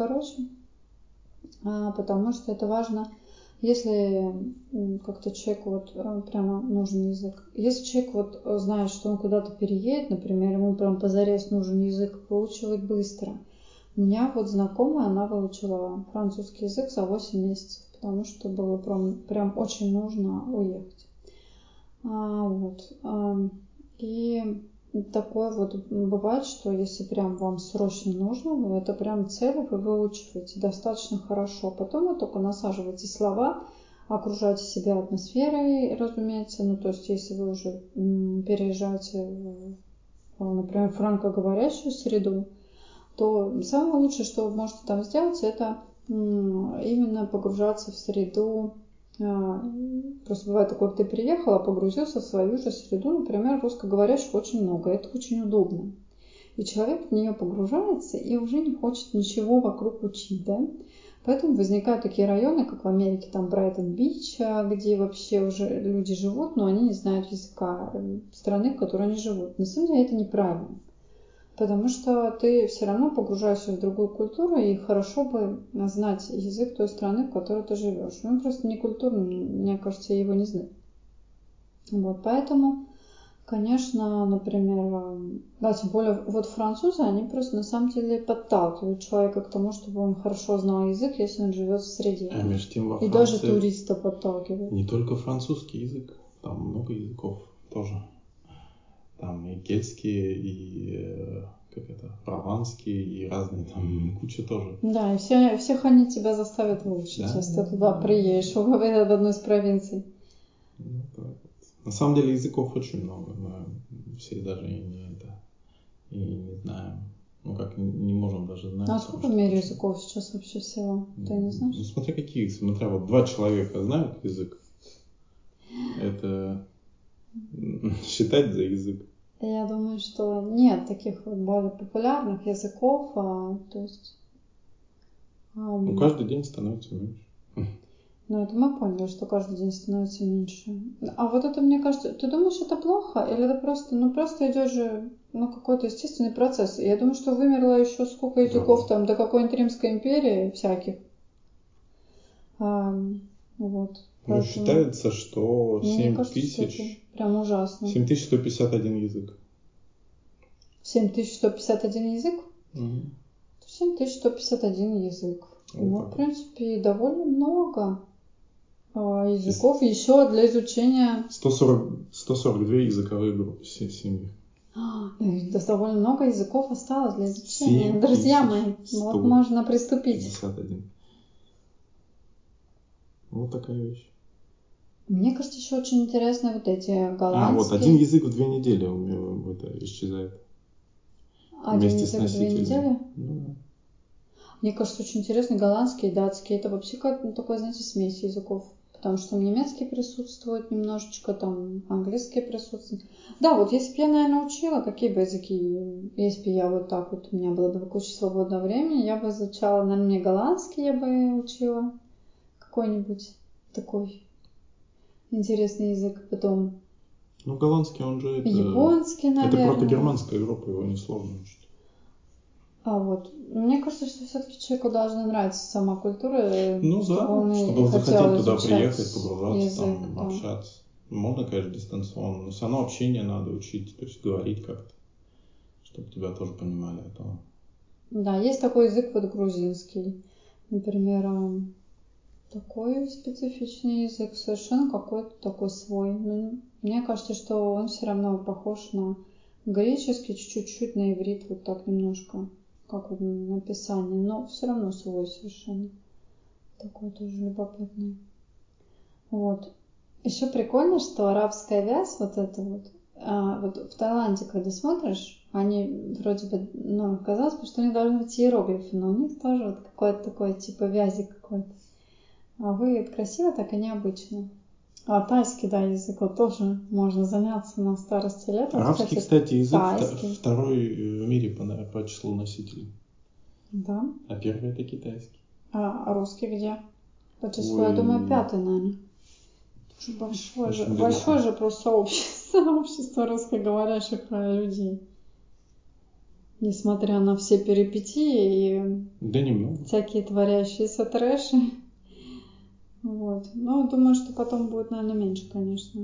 потому что это важно, если как-то человеку прямо нужен язык. Если человек знает, что он куда-то переедет, например, ему прям позарез нужен язык, выучивать быстро. У меня знакомая, она выучила французский язык за 8 месяцев, потому что было прям очень нужно уехать. И такое бывает, что если прям вам срочно нужно, это прям цель, вы выучиваете достаточно хорошо. Потом вы только насаживаете слова, окружаете себя атмосферой, разумеется. То есть, если вы уже переезжаете например, франкоговорящую среду, то самое лучшее, что вы можете там сделать, это именно погружаться в среду. Просто бывает такое, ты приехала, погрузился в свою же среду, например, русскоговорящих очень много, это очень удобно. И человек в нее погружается и уже не хочет ничего вокруг учить, да? Поэтому возникают такие районы, как в Америке, там Брайтон-Бич, где вообще уже люди живут, но они не знают языка страны, в которой они живут. На самом деле это неправильно. Потому что ты все равно погружаешься в другую культуру, и хорошо бы знать язык той страны, в которой ты живешь. Просто не культурно, мне кажется, его не знать. Поэтому, конечно, например, да, тем более французы, они просто на самом деле подталкивают человека к тому, чтобы он хорошо знал язык, если он живет в среде. А между тем во Франции и даже туриста подталкивают. Не только французский язык, там много языков тоже. Там и кельтские, и прованские, и разные, там куча тоже. Да, и всех они тебя заставят выучить, если ты туда приедешь, в одну из провинций. На самом деле языков очень много, мы все даже и не знаем. Ну как, не можем даже знать. А сколько в мире языков сейчас вообще всего? Ты не знаешь? Ну смотря какие, смотря вот 2 человека знают язык, это считать за язык. Я думаю, что нет таких вот более популярных языков, то есть... Ну каждый день становится меньше. Ну, это мы поняли, что каждый день становится меньше. А вот это, мне кажется, ты думаешь, это плохо? Или это просто, просто идет же, какой-то естественный процесс? Я думаю, что вымерло еще сколько языков там до какой-нибудь Римской империи всяких. Вот. Ну, считается, что 7 тысяч... Прям ужасно. 7151 язык. 7151 язык? Угу. 7151 язык. Вот ну, так. В принципе, довольно много языков еще для изучения. 142 языковые группы семьи. Довольно много языков осталось для изучения. Друзья мои, вот можно приступить. 51. Вот такая вещь. Мне кажется, еще очень интересно вот эти голландские. А, вот один язык в 2 недели исчезает. Один язык в 2 недели? Ну, Мне кажется, очень интересно голландский и датский. Это вообще как такое, знаете, смесь языков. Потому что там немецкий присутствует немножечко, там английский присутствует. Да, вот если бы я, наверное, учила, какие бы языки, если бы я вот так вот, у меня было бы куча свободного времени, я бы изучала, наверное, мне голландский я бы учила. Какой-нибудь такой интересный язык. Потом... Ну, голландский, он же японский, наверное. Это протогерманская группа, его несложно учить. Вот. Мне кажется, что все-таки человеку должна нравиться сама культура, ну, чтобы он чтобы захотеть туда приехать, погружаться, язык, там, общаться. Можно, конечно, дистанционно, но все равно общение надо учить, то есть говорить как-то, чтобы тебя тоже понимали. Да, есть такой язык вот грузинский, например, такой специфичный язык, совершенно какой-то такой свой. Но мне кажется, что он все равно похож на греческий, чуть-чуть на иврит, вот так немножко, как вот написание, но все равно свой совершенно. Такой тоже любопытный. Вот. Еще прикольно, что арабская вязь, вот это вот в Таиланде, когда смотришь, они вроде бы, казалось бы, что у них должны быть иероглифы, но у них тоже вот какое-то такое, типа вязи какой-то. А выглядит красиво, так и необычно. А тайский, да, язык, вот тоже можно заняться на старости лет. Арабский, кстати, язык тайский. второй в мире по числу носителей. Да. А первый это китайский. А русский где? По числу, я думаю, 5-й, наверное. Большое же просто сообщество русскоговорящих людей. Несмотря на все перипетии и всякие творящиеся трэши. Вот. Но думаю, что потом будет, наверное, меньше, конечно.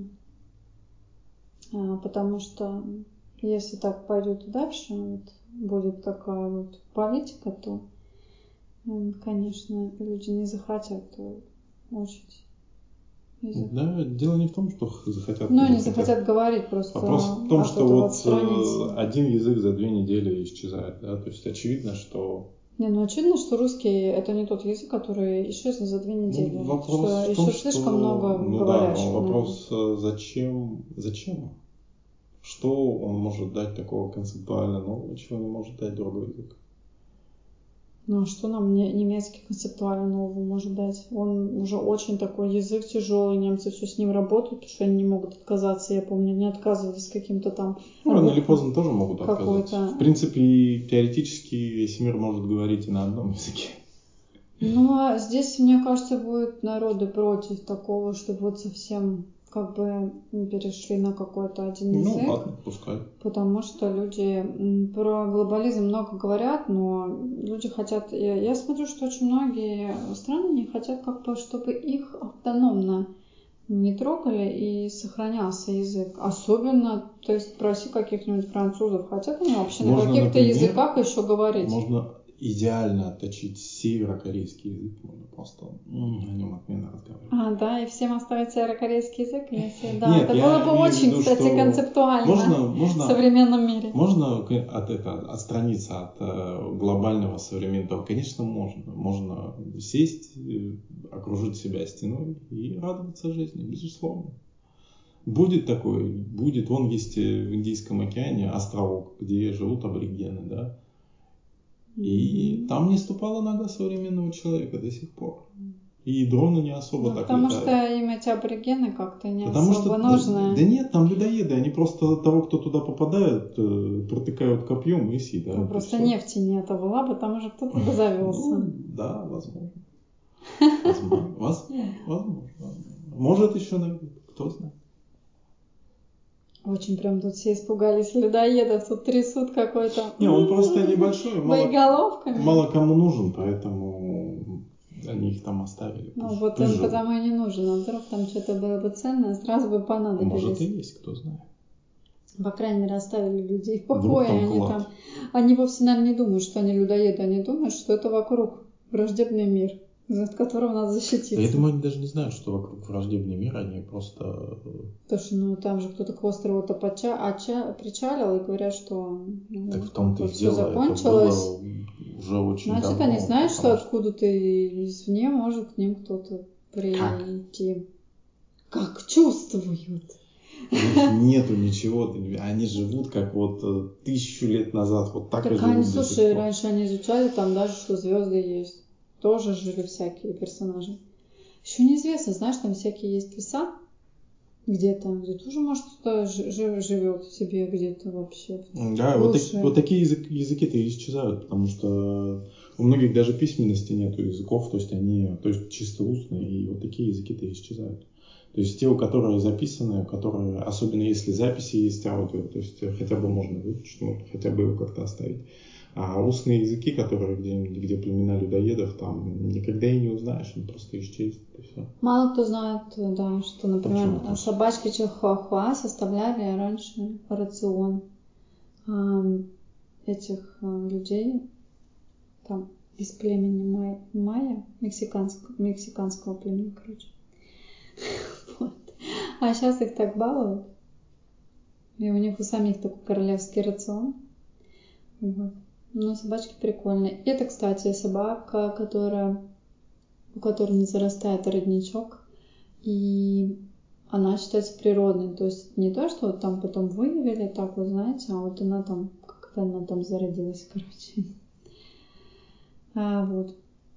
Потому что если так пойдет и дальше, будет такая вот политика, то, конечно, люди не захотят учить язык. Да, дело не в том, что захотят. Не захотят говорить просто. Вопрос в том, что вот один язык за 2 недели исчезает, да, то есть очевидно, что... очевидно, что русский это не тот язык, который исчезнет за 2 недели. Вопрос что в том, еще слишком много говорящих. Да, но вопрос зачем? Что он может дать такого концептуально нового, чего не может дать другой язык? Ну а что нам немецкий концептуально нового может дать? Он уже очень такой язык тяжелый, немцы все с ним работают, потому что они не могут отказаться. Я помню, они отказывались каким-то там... рано или поздно тоже могут отказаться. В принципе, теоретически весь мир может говорить и на одном языке. А здесь, мне кажется, будут народы против такого, чтобы вот совсем перешли на какой-то один язык. Ну ладно, пускай. Потому что люди про глобализм много говорят, но люди хотят... Я смотрю, что очень многие страны не хотят чтобы их автономно не трогали и сохранялся язык. Особенно, то есть спроси каких-нибудь французов, хотят они вообще на каких-то языках еще говорить? Можно идеально отточить северокорейский язык, можно просто о нем отменно разговаривать. Да, и всем оставить северокорейский язык? Да, нет, это было бы очень, кстати, концептуально в современном мире. Можно отстраниться от глобального современного? Конечно, можно. Можно сесть, окружить себя стеной и радоваться жизни, безусловно. Будет такой, будет. Вон есть в Индийском океане островок, где живут аборигены, да. И там не ступала нога современного человека до сих пор. И дроны не особо так потому летают. что им эти аборигены как-то не Потому особо что, нужны. да нет, там людоеды, они просто того, кто туда попадает, протыкают копьем и съедают. Там просто нефти нет, а была бы, там уже кто-то бы завелся. Ну, да, возможно. Возможно. Может, еще найдут, кто знает. Очень прям тут все испугались людоедов, тут трясут какой-то. Не, он просто небольшой, мало кому нужен, поэтому они их там оставили. Ну вот он потому и не нужен, а вдруг там что-то было бы ценное, сразу бы понадобились. Может и есть, кто знает. По крайней мере, оставили людей в покое. Они вовсе, наверное, не думают, что они людоеды, они думают, что это вокруг враждебный мир, от которого надо защититься. Я думаю, они даже не знают, что вокруг враждебный мир, они просто... Потому что там же кто-то к острову-то причалил и говорят, что так в том-то и все дело, закончилось. Это было уже очень Значит, давно. они знают, что откуда-то извне может к ним кто-то прийти. Как чувствуют. У них нету ничего, они живут как вот 1000 лет назад, вот так и живут они, до слушай, сих пор. раньше они изучали там даже, что звезды есть. Тоже жили всякие персонажи. Еще неизвестно, знаешь, там всякие есть леса где-то, где тоже, может, кто-то живет себе где-то вообще. Да, вот такие языки-то исчезают, потому что у многих даже письменности нету языков, то есть чисто устные, и вот такие языки-то исчезают. То есть те, у которых записаны, которые, особенно если записи есть аудио, то есть хотя бы можно выучить, хотя бы его как-то оставить. А устные языки, которые где племена людоедов, там никогда и не узнаешь, они просто исчезнут, и все. Мало кто знает, да, что, например, собачки чихуахуа составляли раньше рацион этих людей там из племени майя, мексиканского племени, короче. Вот. А сейчас их так балуют. И у них у самих такой королевский рацион. Вот. Но собачки прикольные. Это, кстати, собака, у которой не зарастает родничок. И она считается природной. То есть не то, что вот там потом выявили, так вот знаете, а вот она там, как-то она там зародилась, короче. Вот.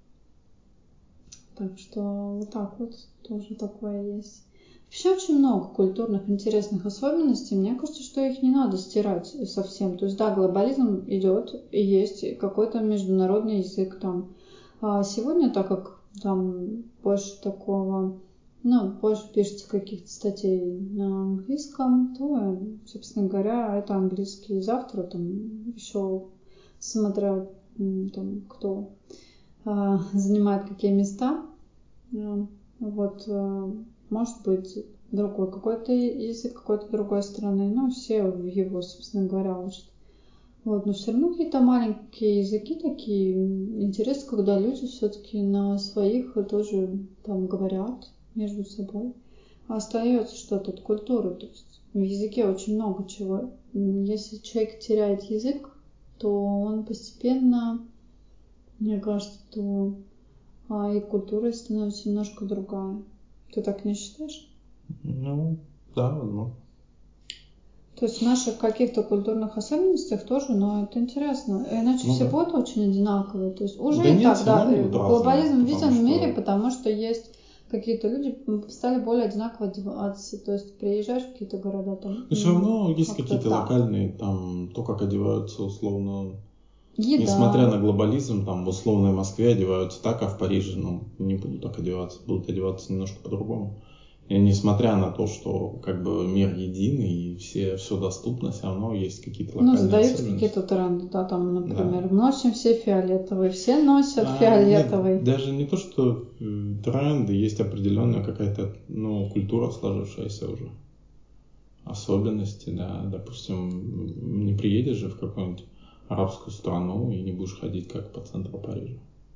Так что вот так вот тоже такое есть. Вообще очень много культурных интересных особенностей. Мне кажется, что их не надо стирать совсем. То есть, да, глобализм идет, и есть какой-то международный язык там. А сегодня, так как там больше такого, больше пишется каких-то статей на английском, то, собственно говоря, это английский. Завтра там еще смотря там, кто занимает какие места. Вот, может быть, другой какой-то язык какой-то другой страны, но все его, собственно говоря, учат. Вот, но все равно какие-то маленькие языки такие интересны, когда люди все-таки на своих тоже там говорят между собой. А остается что-то от культуры, то есть в языке очень много чего. Если человек теряет язык, то он постепенно, мне кажется, то и культура становится немножко другая. Ты так не считаешь? Ну, да, возможно. То есть в наших каких-то культурных особенностях тоже, но это интересно. Иначе все будут очень одинаковые. То есть уже и так, да, глобализм виден в мире, потому что есть какие-то люди стали более одинаково одеваться. То есть приезжаешь в какие-то города там. Но все равно есть какие-то локальные, там, то, как одеваются условно. Еда. Несмотря на глобализм, там в условной Москве одеваются так, а в Париже, не будут так одеваться, будут одеваться немножко по-другому. И несмотря на то, что как бы мир единый и все доступно, все равно есть какие-то локальные задаются какие-то тренды, да, там, например, носим все фиолетовый, все носят фиолетовый. Нет, даже не то, что тренды, есть определенная какая-то, культура сложившаяся уже. Особенности, да, допустим, не приедешь же в какую-нибудь арабскую страну и не будешь ходить как по центру Парижа.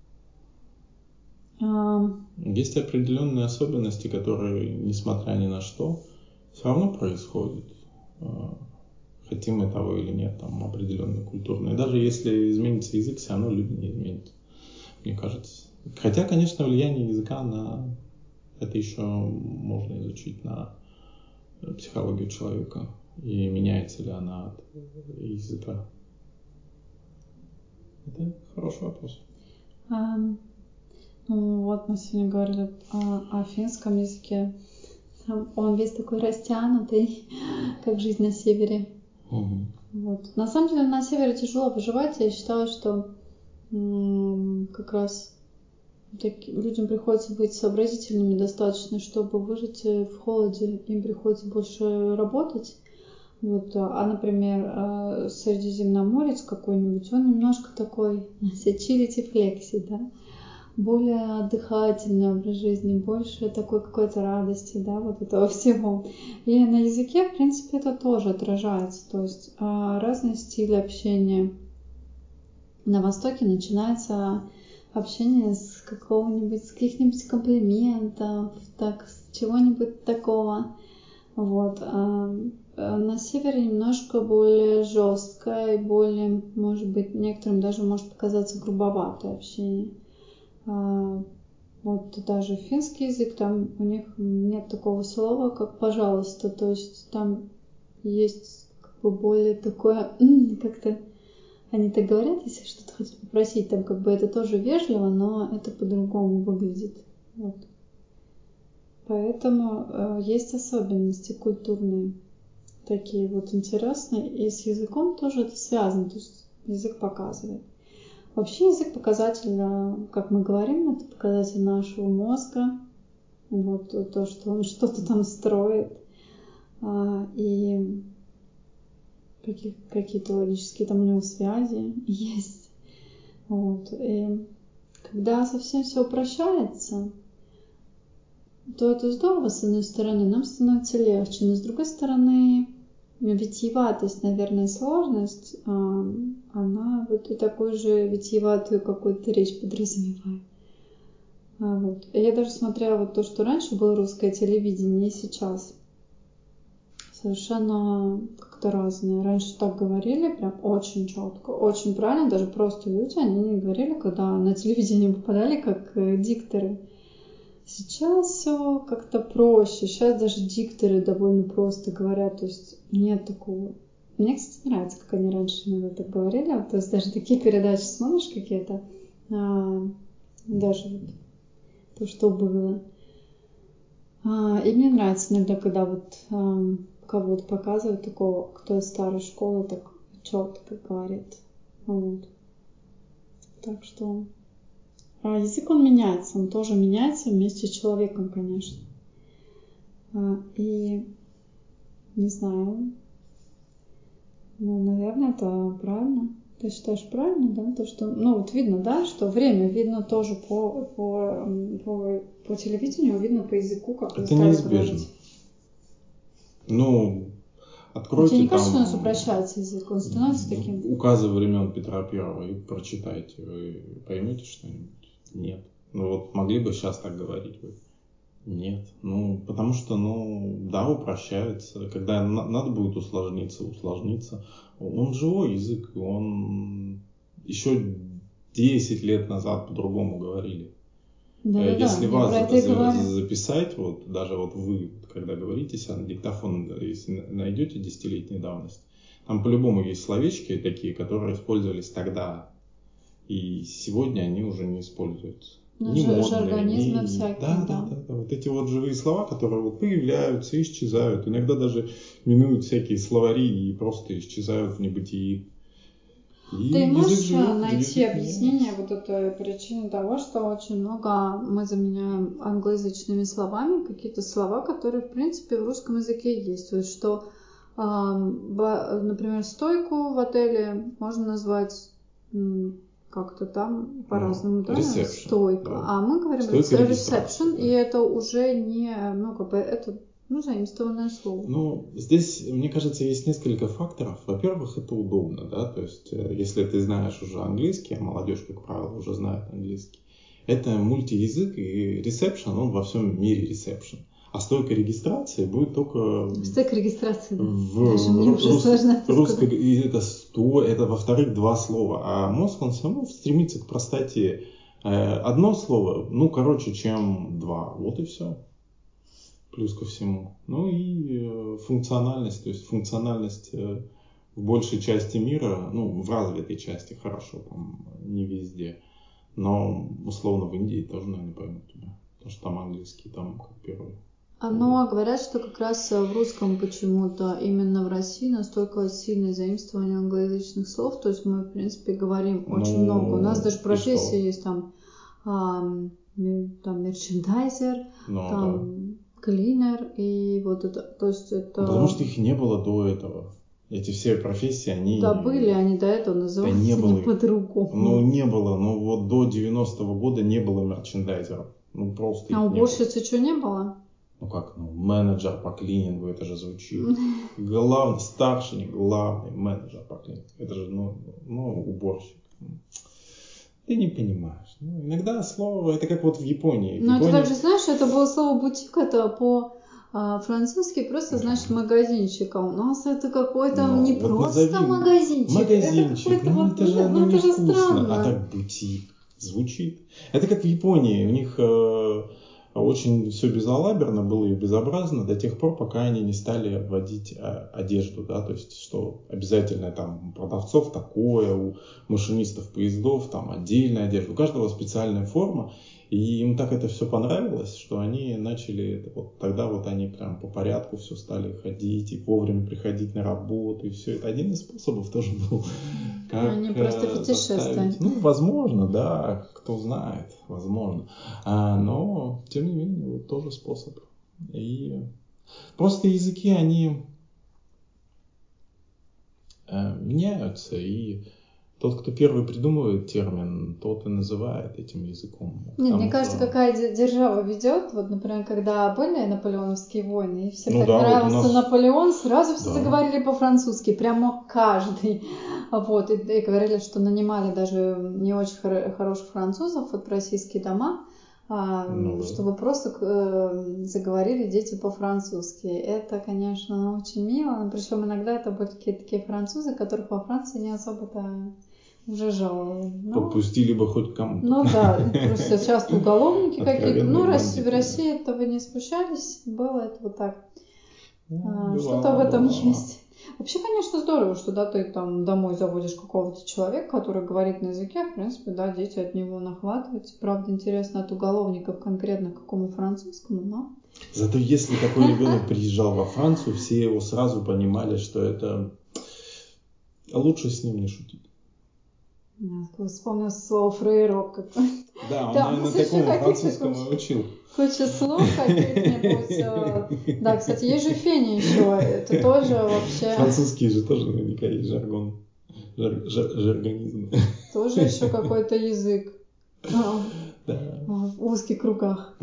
Есть определенные особенности, которые, несмотря ни на что, все равно происходят. Хотим мы того или нет, там определенные культурные. Даже если изменится язык, все равно люди не изменятся, мне кажется. Хотя, конечно, влияние языка это еще можно изучить на психологию человека и меняется ли она от языка? Это хороший вопрос. Ну вот мы сегодня говорили о финском языке. Он весь такой растянутый, как жизнь на севере. Вот. На самом деле на севере тяжело выживать. Я считаю, что как раз людям приходится быть сообразительными достаточно, чтобы выжить в холоде. Им приходится больше работать. Вот. А, например, Средиземноморец какой-нибудь, он немножко такой чилити-флекси, да? Более отдыхательный образ жизни, больше такой какой-то радости, да, вот этого всего. И на языке, в принципе, это тоже отражается. То есть разные стили общения. На Востоке начинается общение с каких-нибудь комплиментов, так, с чего-нибудь такого. Вот. На севере немножко более жесткое и более, может быть, некоторым даже может показаться грубоватое общение. Вот даже финский язык, там у них нет такого слова, как «пожалуйста», то есть там есть как бы более такое, как-то они так говорят, если что-то хотят попросить, там как бы это тоже вежливо, но это по-другому выглядит. Вот. Поэтому есть особенности культурные, такие вот интересные, и с языком тоже это связано, то есть язык показывает. Вообще язык показатель, как мы говорим, это показатель нашего мозга, вот то, что он что-то там строит, и какие-то логические там у него связи есть. Вот. И когда совсем все упрощается, то это здорово, с одной стороны, нам становится легче, но с другой стороны, витиеватость, наверное, сложность, она вот и такую же витиеватую какую-то речь подразумевает. Вот. Я даже смотрела вот то, что раньше было русское телевидение, и сейчас. Совершенно как-то разные. Раньше так говорили, прям очень четко, очень правильно. Даже просто люди, они не говорили, когда на телевидение попадали, как дикторы. Сейчас все как-то проще. Сейчас даже дикторы довольно просто говорят. То есть нет такого. Мне, кстати, нравится, как они раньше иногда так говорили. То есть даже такие передачи смотришь какие-то. Даже вот то, что было. И мне нравится иногда, когда вот кого-то показывают такого, кто из старой школы, так четко говорит. Вот. Так что язык, он меняется, он тоже меняется вместе с человеком, конечно. И не знаю, ну, наверное, это правильно. Ты считаешь правильно, да? То, что, ну, вот видно, да, что время видно тоже по телевидению, видно по языку, как вы стали говорить. Ну, откройте тебе не там... кажется, что у нас упрощается язык? Он становится таким? Указы времен Петра Первого и прочитайте. Вы поймете что-нибудь? Нет. Ну вот могли бы сейчас так говорить вы? Нет. Ну, потому что, да, упрощается. Когда надо будет усложниться. Он живой язык, он еще 10 лет назад по-другому говорили. Если вас записать, вот даже вот вы, когда говорите себя на диктофон, если найдете 10-летней давности, там по-любому есть словечки такие, которые использовались тогда, и сегодня они уже не используются. Не модные, жаргонизмы всякие. Да. Вот эти вот живые слова, которые вот появляются, исчезают, иногда даже минуют всякие словари и просто исчезают в небытии. Ты можешь найти объяснение вот этой причины того, что очень много мы заменяем англоязычными словами какие-то слова, которые в принципе в русском языке есть. То есть что, например, стойку в отеле можно назвать как-то там по-разному, да? Стойка. Да. А мы говорим reception, да. И это уже не, это заимствованное слово. Здесь, мне кажется, есть несколько факторов. Во-первых, это удобно, да, то есть, если ты знаешь уже английский, а молодежь, как правило, уже знает английский, это мультиязык, и reception, он во всем мире reception. А стойка регистрации будет только... Стойка регистрации, да. Даже мне уже сложно это сказать. Это, во-вторых, два слова. А мозг, он все равно стремится к простоте. Одно слово, чем два. Вот и все. плюс ко всему. Ну и функциональность, то есть функциональность в большей части мира, ну, в развитой части, хорошо, там, не везде. Но, условно, в Индии тоже, наверное, поймут тебя. Потому что там английский, там как первый. Но говорят, что как раз в русском почему-то именно в России настолько сильное заимствование англоязычных слов. То есть мы, в принципе, говорим очень много. У нас даже профессия есть там мерчендайзер, там клинер и вот это. То есть это... Потому что их не было до этого. Эти все профессии, они... Да, были, они до этого назывались не по-другому. Ну, не было. Ну, вот до 90-го года не было мерчендайзеров. Ну, просто а уборщицы что, не было? Ну как, менеджер по клинингу, это же звучит. Главный, старший, не главный менеджер по клинингу. Это же, уборщик. Ты не понимаешь. Иногда слово, это как вот в Японии. Ну, ты также знаешь, это было слово бутик, это по-французски просто значит магазинчик. А у нас это какой-то не вот просто магазинчик. Магазинчик, это же невкусно. Странно. А так бутик звучит. Это как в Японии. У них очень все безалаберно было и безобразно до тех пор, пока они не стали вводить одежду, да, то есть, что обязательно там у продавцов такое, у машинистов поездов там отдельная одежда, у каждого специальная форма, и им так это все понравилось, что они начали, вот тогда вот они прям по порядку все стали ходить и вовремя приходить на работу, и все это один из способов тоже был. Как они просто фетишисты. Возможно, да, кто знает, возможно. Но, тем не менее, вот тоже способ. И просто языки, они меняются, и тот, кто первый придумывает термин, тот и называет этим языком. Нет, мне кажется, какая держава ведет. Вот, например, когда были наполеоновские войны, и всем так нравился вот Наполеон, сразу все заговорили по-французски, прямо каждый. Вот, и говорили, что нанимали даже не очень хороших французов вот в российские дома, чтобы просто заговорили дети по-французски. Это, конечно, очень мило. Причем иногда это были какие-то такие французы, которых во Франции не особо-то уже жаловали. Подпустили бы хоть кому-то. Ну да, просто часто уголовники какие-то. Ну, в России этого не смущались. Было это вот так. Что-то в этом есть. Вообще, конечно, здорово, что да, ты там домой заводишь какого-то человека, который говорит на языке, в принципе, да, дети от него нахватываются. Правда, интересно, от уголовников конкретно к какому французскому, но... Зато если такой ребенок приезжал во Францию, все его сразу понимали, что это лучше с ним не шутить. Я вспомнил слово фрейрок. Да, он, наверное, такому французскому и учил. Куча слов каких-нибудь. Да, кстати, есть же феня еще. Это тоже вообще... Французские же тоже наверняка есть жаргон. Жаргонизм. Тоже еще какой-то язык. Да. В узких кругах.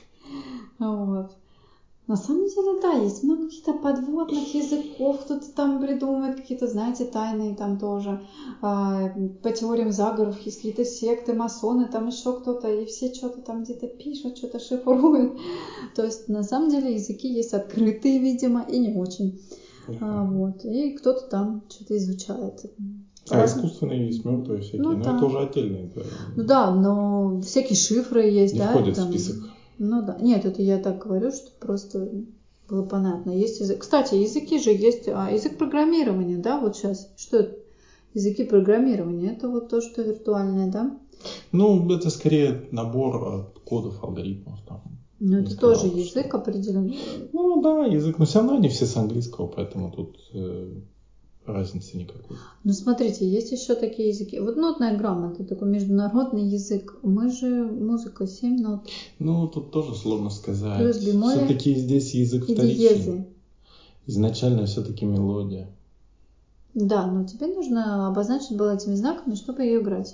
Вот. На самом деле, да, есть много каких-то подводных языков, кто-то там придумывает какие-то, знаете, тайные там тоже, по теориям заговоров есть какие-то секты, масоны, там еще кто-то, и все что-то там где-то пишут, что-то шифруют. То есть, на самом деле, языки есть открытые, видимо, и не очень. Вот. И кто-то там что-то изучает. Искусственные есть, мертвые всякие, но это уже отдельные. Ну да, но всякие шифры есть, не да. входят в список. Ну да, нет, это я так говорю, что просто было понятно. Есть язык. Кстати, языки же есть, язык программирования, да, вот сейчас. Что это? Языки программирования, это вот то, что виртуальное, да? Ну, это скорее набор кодов, алгоритмов там. Ну, это тоже язык определенный. Ну да, язык, но все равно они все с английского, поэтому тут разницы никакой. Ну, смотрите, есть еще такие языки. Вот нотная грамота, такой международный язык. Мы же музыка 7 нот. Ну, тут тоже сложно сказать. Плюс бемоли. Все-таки здесь язык вторичный. Изначально все-таки мелодия. Да, но тебе нужно обозначить было этими знаками, чтобы ее играть.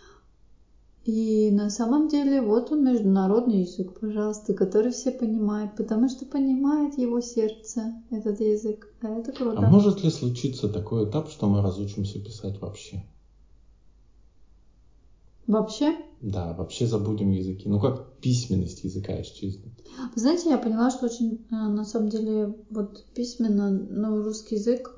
И на самом деле вот он международный язык, пожалуйста, который все понимают, потому что понимает его сердце, этот язык. А это круто. А может ли случиться такой этап, что мы разучимся писать вообще? Вообще? Да, вообще забудем языки. Ну как письменность языка исчезнет? Вы знаете, я поняла, что очень, на самом деле, вот письменно, ну, русский язык,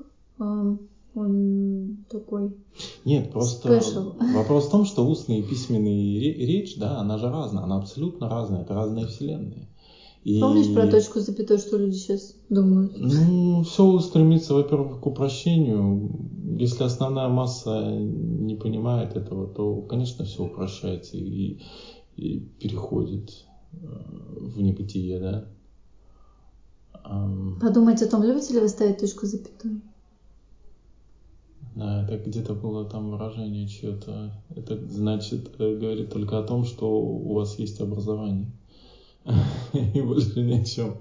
он такой... Нет, просто вопрос в том, что устная и письменная речь, да, она же разная, она абсолютно разная, это разные вселенные. Помнишь про точку запятой, что люди сейчас думают? Ну, все стремится, во-первых, к упрощению. Если основная масса не понимает этого, то, конечно, все упрощается и переходит в небытие, да. Подумайте о том, любите ли вы ставить точку запятой? Да, это где-то было там выражение чье-то. Это значит, говорит только о том, что у вас есть образование. И больше ни о чем.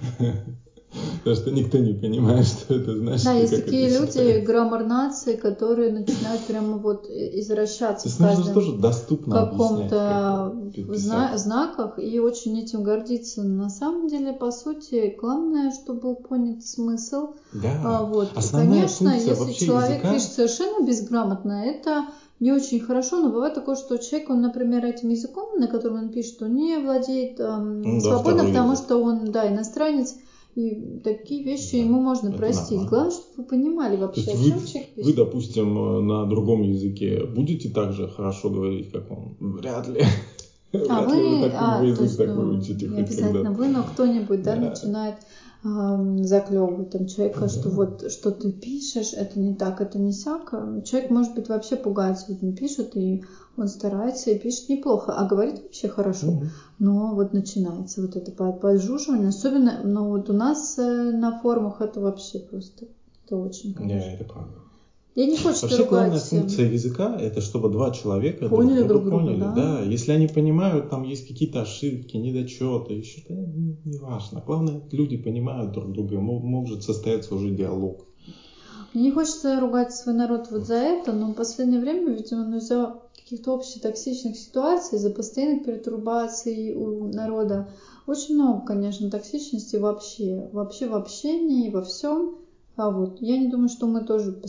Потому что никто не понимает, что это значит. Да, есть такие люди, граммар нации, которые начинают прямо вот извращаться в каждом тоже доступно каком-то знаках и очень этим гордиться. На самом деле, по сути, главное, чтобы был понят смысл. Да. Вот. Конечно, если человек пишет совершенно безграмотно, это не очень хорошо, но бывает такое, что человек, он, например, этим языком, на котором он пишет, он не владеет свободно, потому что он, иностранец. И такие вещи ему можно простить. Нормально. Главное, чтобы вы понимали вообще, о чем человек пишет. Вы, допустим, на другом языке будете так же хорошо говорить, как он? Вряд ли. Вряд ли вы такой язык такой учите. Не обязательно вы, но кто-нибудь начинает заклевывать там человека, что вот что ты пишешь, это не так, это не сяк. Человек, может быть, вообще пугается, вот он пишет, и он старается и пишет неплохо, а говорит вообще хорошо. Но вот начинается вот это поджуживание, особенно, но вот у нас на форумах это вообще просто, это очень, конечно. Да, это правда. Я не хочу вообще ругать. Главная функция языка – это чтобы два человека поняли друг друга поняли. Да? Если они понимают, там есть какие-то ошибки, недочеты, еще не важно. Главное, люди понимают друг друга, может состояться уже диалог. Мне не хочется ругать свой народ вот за это, но в последнее время, видимо, из-за каких-то общих токсичных ситуаций, из-за постоянных перетурбаций у народа очень много, конечно, токсичности вообще в общении, во всем. Я не думаю, что мы тоже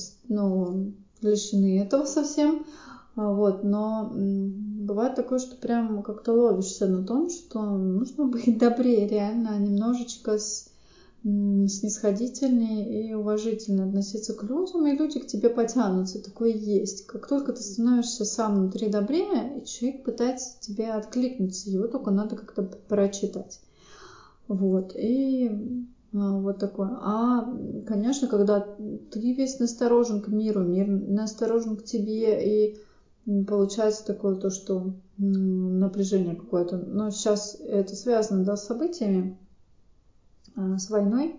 лишены этого совсем. Но бывает такое, что прям как-то ловишься на том, что нужно быть добрее, реально немножечко снисходительнее и уважительно относиться к людям, и люди к тебе потянутся, такое есть. Как только ты становишься сам внутри добрее, и человек пытается тебе откликнуться, его только надо как-то прочитать. И вот такое. Конечно, когда ты весь насторожен к миру, мир насторожен к тебе, и получается такое то, что напряжение какое-то. Но сейчас это связано, с событиями, с войной.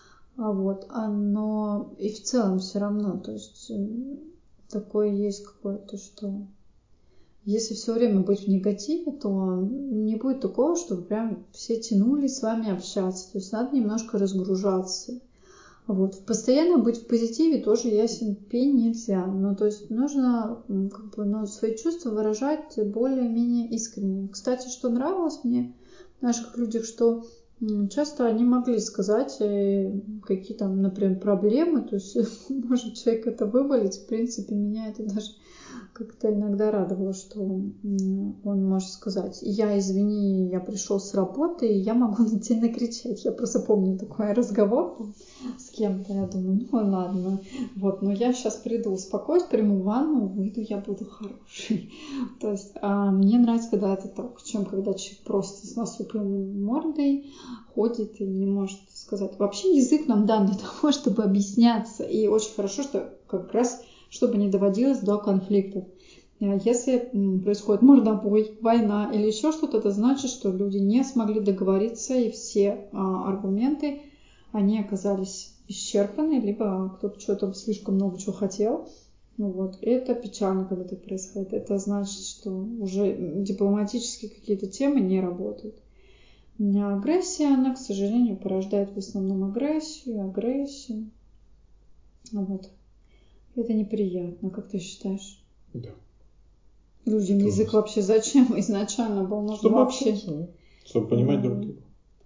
Но и в целом все равно, то есть такое есть какое-то, что если все время быть в негативе, то не будет такого, чтобы прям все тянулись с вами общаться. То есть надо немножко разгружаться. Постоянно быть в позитиве тоже ясен пень нельзя. То есть нужно свои чувства выражать более-менее искренне. Кстати, что нравилось мне в наших людях, что часто они могли сказать, какие там, например, проблемы. То есть может человек это вывалить. В принципе, меня это даже как-то иногда радовало, что он может сказать: извини, я пришел с работы, и я могу на тебя накричать. Я просто помню такой разговор с кем-то. Я думаю, ладно, но я сейчас приду, успокоюсь, приму ванну, выйду, я буду хороший. То есть мне нравится, когда это так, чем когда человек просто с насупленной мордой ходит и не может сказать. Вообще язык нам дан для того, чтобы объясняться. И очень хорошо, что как раз чтобы не доводилось до конфликтов. Если происходит мордобой, война или еще что-то, это значит, что люди не смогли договориться, и все аргументы, они оказались исчерпаны, либо кто-то что-то слишком много чего хотел. Это печально, когда так происходит. Это значит, что уже дипломатические какие-то темы не работают. Агрессия, она, к сожалению, порождает в основном агрессию. Это неприятно, как ты считаешь? Да. Людям язык вообще зачем изначально был нужен? Чтобы общаться, чтобы понимать друг друга.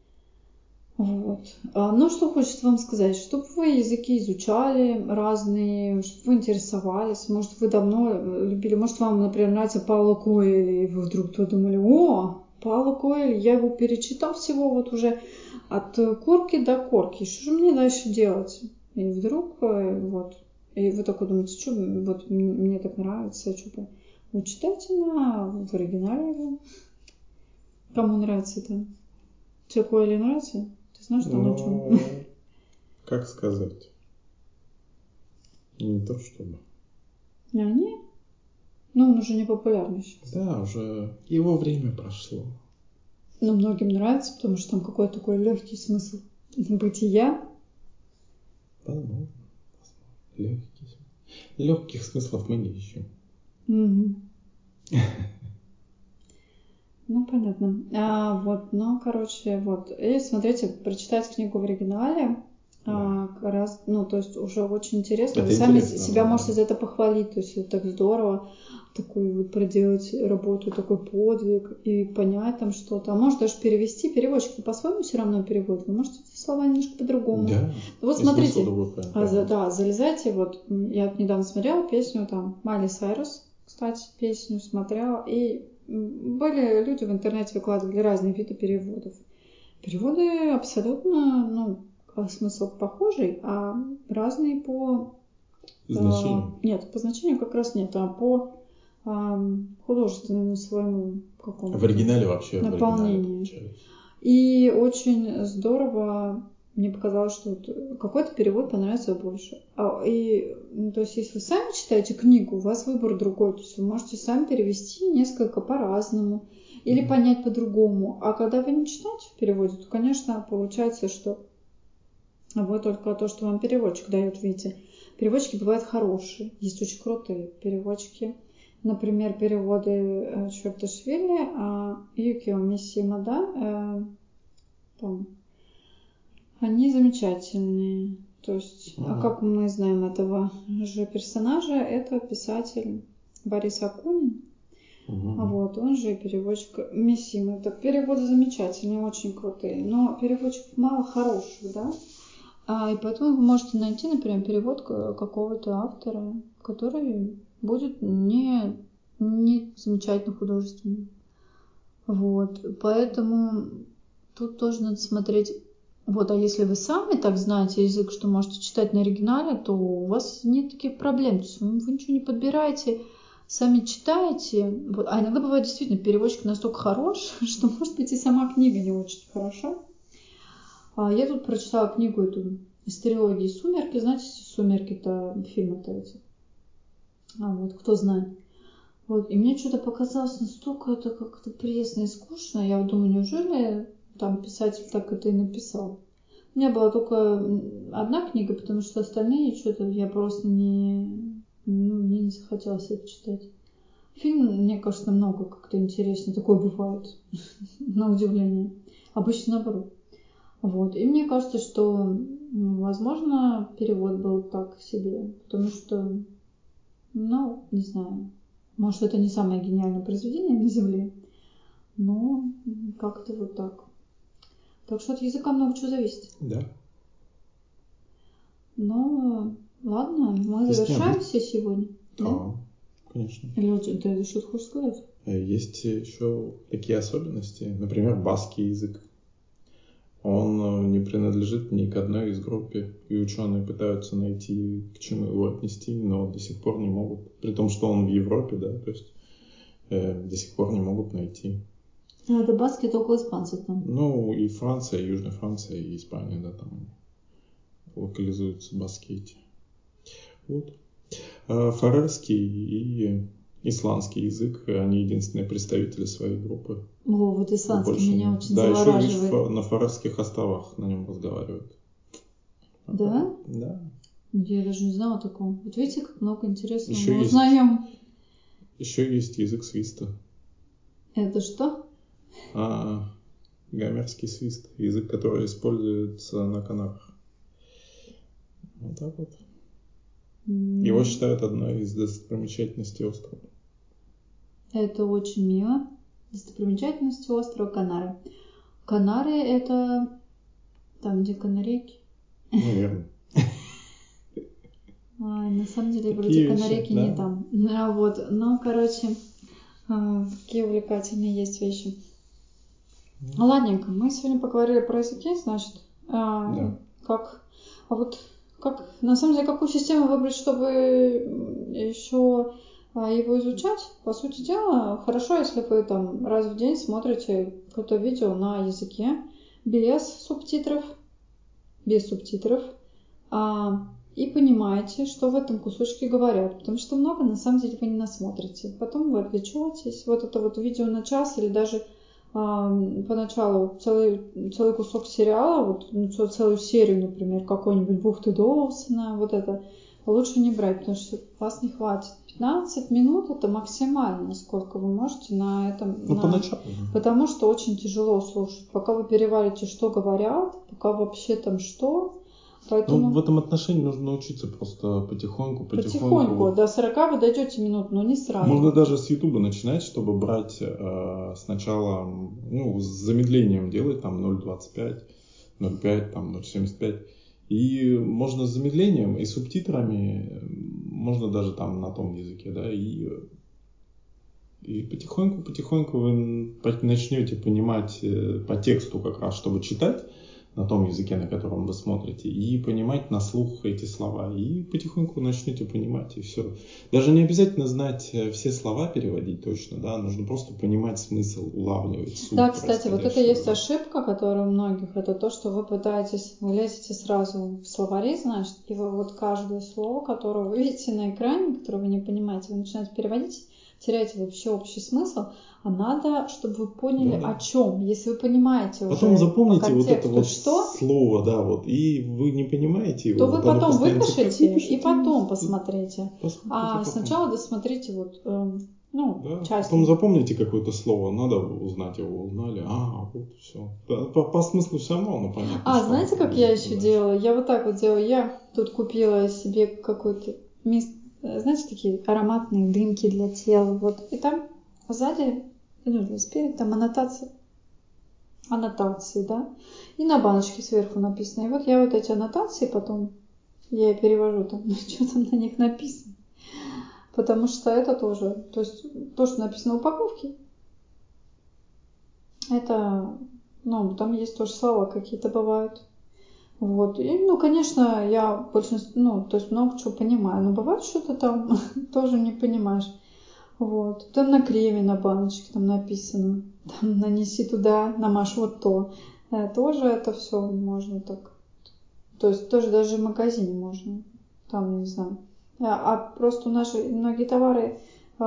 Что хочется вам сказать, чтобы вы языки изучали разные, чтобы вы интересовались, может, вы давно любили, может, вам, например, нравится Пауло Коэльо, и вы вдруг подумали: Пауло Коэльо, я его перечитал всего уже от корки до корки, что же мне дальше делать? И вдруг и вы такой думаете: что мне так нравится, что вы читайте в оригинале его. Кому нравится это? Цикуэли нравится? Ты знаешь, что на чем? Ну, как сказать? Не то чтобы. Они? Ну, он уже не популярный сейчас. Да, уже его время прошло. Но многим нравится, потому что там какой-то такой легкий смысл бытия. Возможно. Легких смыслов мы не ищем. Мгм. Ну, понятно. Вот. И смотрите, прочитать книгу в оригинале, раз, то есть уже очень интересно. Это Вы сами интересно, себя да. можете за это похвалить. То есть это так здорово, такую вот проделать работу, такой подвиг и понять там что-то. А может даже перевести. Переводчик по-своему все равно переводит. Вы можете эти слова немножко по-другому. Да. Вот И смысл смотрите. другой, понятно. Да, залезайте. Вот я недавно смотрела песню там Майли Сайрус, кстати, песню смотрела, и были люди в интернете выкладывали разные виды переводов. Переводы абсолютно, смысл похожий, а разные по... Значению. Нет, по значению как раз нет, а по художественному своему какому-то В оригинале вообще наполнению. в оригинале получается. И очень здорово, мне показалось, что вот какой-то перевод понравится больше. То есть, если вы сами читаете книгу, у вас выбор другой. То есть, вы можете сами перевести несколько по-разному или понять по-другому. А когда вы не читаете в переводе, то, конечно, получается, что вот только то, что вам переводчик дает, видите. Переводчики бывают хорошие, есть очень крутые переводчики. Например, переводы Чверташвили, Юкио Мисимада, они замечательные. То есть, как мы знаем этого же персонажа, это писатель Борис Акунин. Вот, он же и переводчик Мисима. Это переводы замечательные, очень крутые. Но переводчиков мало хороших, да? И поэтому вы можете найти, например, перевод какого-то автора, который будет не замечательно художественным. Вот, поэтому тут тоже надо смотреть. Вот, а если вы сами так знаете язык, что можете читать на оригинале, то у вас нет таких проблем. То есть вы ничего не подбираете, сами читаете. Вот. А иногда бывает действительно переводчик настолько хорош, что, может быть, и сама книга не очень хороша. Я тут прочитала книгу эту из трилогии «Сумерки». Знаете, «Сумерки»-то фильмы-то эти. Вот, кто знает. Вот, и мне что-то показалось настолько это как-то пресно и скучно. Я вот думаю, неужели там писатель так это и написал? У меня была только одна книга, потому что остальные что-то я просто мне не захотелось это читать. Фильм, мне кажется, намного как-то интереснее. Такое бывает, на удивление. Обычно наоборот. Вот. И мне кажется, что, возможно, перевод был так себе, потому что, не знаю, может, это не самое гениальное произведение на Земле, но как-то вот так. Так что от языка много чего зависит. Да. Но, ладно, мы завершаемся сегодня. Да, конечно. Или ты что-то хочешь сказать? Есть еще такие особенности, например, баскский язык. Он не принадлежит ни к одной из групп, и ученые пытаются найти, к чему его отнести, но до сих пор не могут. При том, что он в Европе, да, то есть до сих пор не могут найти. Это баски только испанцев там. И Франция, и Южная Франция, и Испания, да, там локализуются баски эти. Вот. Фарерский и исландский язык, они единственные представители своей группы. Вот исландский меня очень завораживает. Да, еще, видишь, на Фарерских островах на нем разговаривают. Да? Да. Я даже не знала такого. Вот видите, как много интересного мы узнаем. Еще есть язык свиста. Это что? Гомерский свист. Язык, который используется на Канарах. Вот так вот. Его считают одной из достопримечательностей острова. Это очень мило. Достопримечательности острова Канары. Канары — это там, где канарейки? Наверное. На самом деле, вроде канарейки не там. Какие увлекательные есть вещи. Ладненько, мы сегодня поговорили про языки, значит. Да. На самом деле, какую систему выбрать, чтобы еще его изучать? По сути дела, хорошо, если вы там раз в день смотрите какое-то видео на языке, без субтитров, и понимаете, что в этом кусочке говорят, потому что много на самом деле вы не насмотрите. Потом вы отвлечетесь, вот это вот видео на час или даже поначалу целый кусок сериала, вот целую серию, например, какой-нибудь Бухты Доусона, вот это лучше не брать, потому что вас не хватит. 15 минут это максимально, сколько вы можете на этом. Поначалу. Потому что очень тяжело слушать. Пока вы переварите, что говорят, пока вообще там что. Поэтому... в этом отношении нужно научиться просто потихоньку. Потихоньку. До 40 вы дойдете минут, но не сразу. Можно даже с Ютуба начинать, чтобы брать сначала, с замедлением делать, там 0.25, 0.5, там 0.75. И можно с замедлением и субтитрами, можно даже там на том языке, да, и потихоньку вы начнете понимать по тексту как раз, чтобы читать на том языке, на котором вы смотрите, и понимать на слух эти слова. И потихоньку начнете понимать, и все. Даже не обязательно знать все слова, переводить точно, да, нужно просто понимать смысл, улавливать суть. Да, кстати, вот это есть ошибка, которая у многих, это то, что вы лезете сразу в словари, значит, и вы вот каждое слово, которое вы видите на экране, которое вы не понимаете, вы начинаете переводить, теряете вообще общий смысл, а надо, чтобы вы поняли, о чем. Если вы понимаете потом уже запомните по контексту, вот это вот что, слово, да, вот, и вы не понимаете его, то вы вот потом выпишите и потом посмотрите. А сначала досмотрите вот, часть. Потом запомните какое-то слово, надо узнать его, узнали, вот все. Да, по смыслу все равно оно понятно. Знаете, как я еще делала? Я вот так вот делала. Я тут купила себе какой-то знаете, такие ароматные дымки для тела. Вот. И там сзади, спереди, там аннотации, да. И на баночке сверху написано. И вот я вот эти аннотации потом, я перевожу там, что там на них написано. Потому что это тоже, то есть то, что написано в упаковке, это, там есть тоже слова какие-то бывают. Вот. И, конечно, я большинство, то есть много чего понимаю, но бывает что-то там тоже не понимаешь. Вот. Там на креме, на баночке там написано, там нанеси туда, намажь вот то. Тоже это все можно так. То есть тоже даже в магазине можно. Там, я не знаю. Просто наши многие товары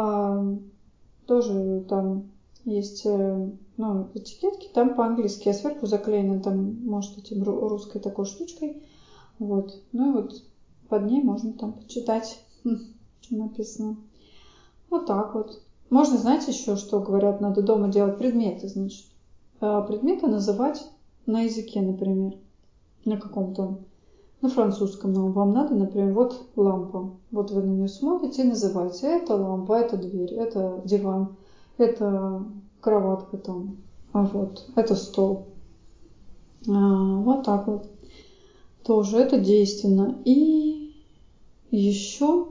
тоже там есть этикетки, там по-английски, а сверху заклеено там, может, этим русской такой штучкой. Вот. И вот под ней можно там почитать, что написано. Вот так вот. Можно, знаете, еще что говорят, надо дома делать предметы, значит. Предметы называть на языке, например, на каком-то, на французском. Вам надо, например, вот лампа. Вот вы на нее смотрите и называете. Это лампа, это дверь, это диван, это кроватка там. Вот, это стол. Вот так вот. Тоже это действенно. И еще...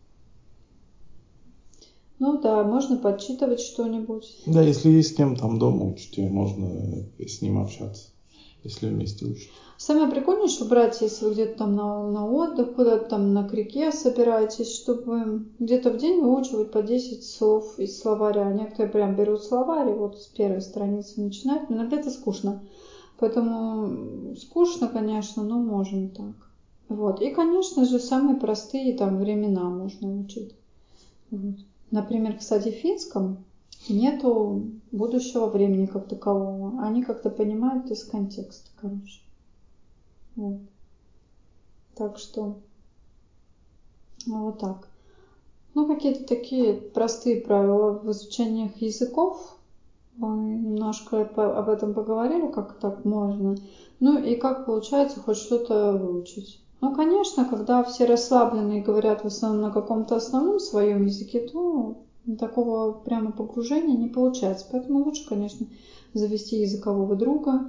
можно подсчитывать что-нибудь. Да, если есть с кем там дома учите, можно с ним общаться, если вместе учите. Самое прикольное, что брать, если вы где-то там на отдых, куда-то там на реке собираетесь, чтобы где-то в день выучивать по 10 слов из словаря. Некоторые прям берут словарь и вот с первой страницы начинают. Но иногда это скучно. Поэтому скучно, конечно, но можно так. Вот. И, конечно же, самые простые там времена можно учить. Вот. Например, кстати, в финском нету будущего времени как такового. Они как-то понимают из контекста, короче. Вот. Так что вот так. Какие-то такие простые правила в изучении языков. Мы немножко об этом поговорили, как так можно. И как получается хоть что-то выучить. Конечно, когда все расслаблены и говорят в основном на каком-то основном своем языке, то такого прямо погружения не получается. Поэтому лучше, конечно, завести языкового друга.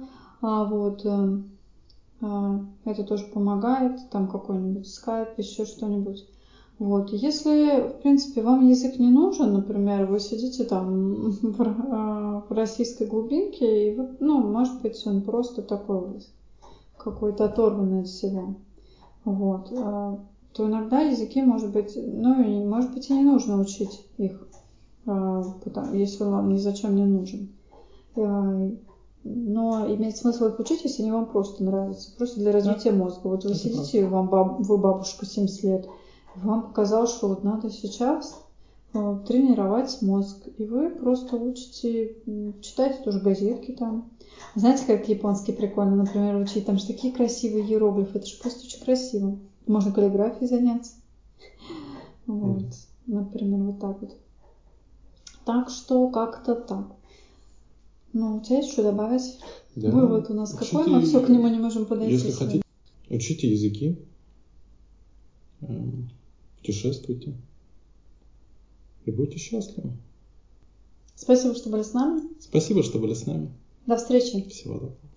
Это тоже помогает. Там какой-нибудь скайп, еще что-нибудь. Вот. Если, в принципе, вам язык не нужен, например, вы сидите там в российской глубинке, и вы, может быть, он просто такой у вас, какой-то оторванный от всего. Вот. То иногда языки, может быть, и может быть и не нужно учить их, если он вам ни зачем не нужен. но имеет смысл их учить, если они вам просто нравятся, просто для развития мозга. Вот вы Это сидите, вы бабушка 70 лет, и вам показалось, что вот надо сейчас тренировать мозг, и вы просто учите, читаете тоже газетки там. Знаете, как японский прикольно, например, учить, там же такие красивые иероглифы, это же просто очень красиво. Можно каллиграфией заняться. Вот. Например, вот так вот. Так что как-то так. Ну, у тебя есть что добавить? Да. Вывод у нас какой? Мы все к нему не можем подойти. Если хотите, учите языки, путешествуйте и будьте счастливы. Спасибо, что были с нами. Спасибо, что были с нами. До встречи. Всего доброго.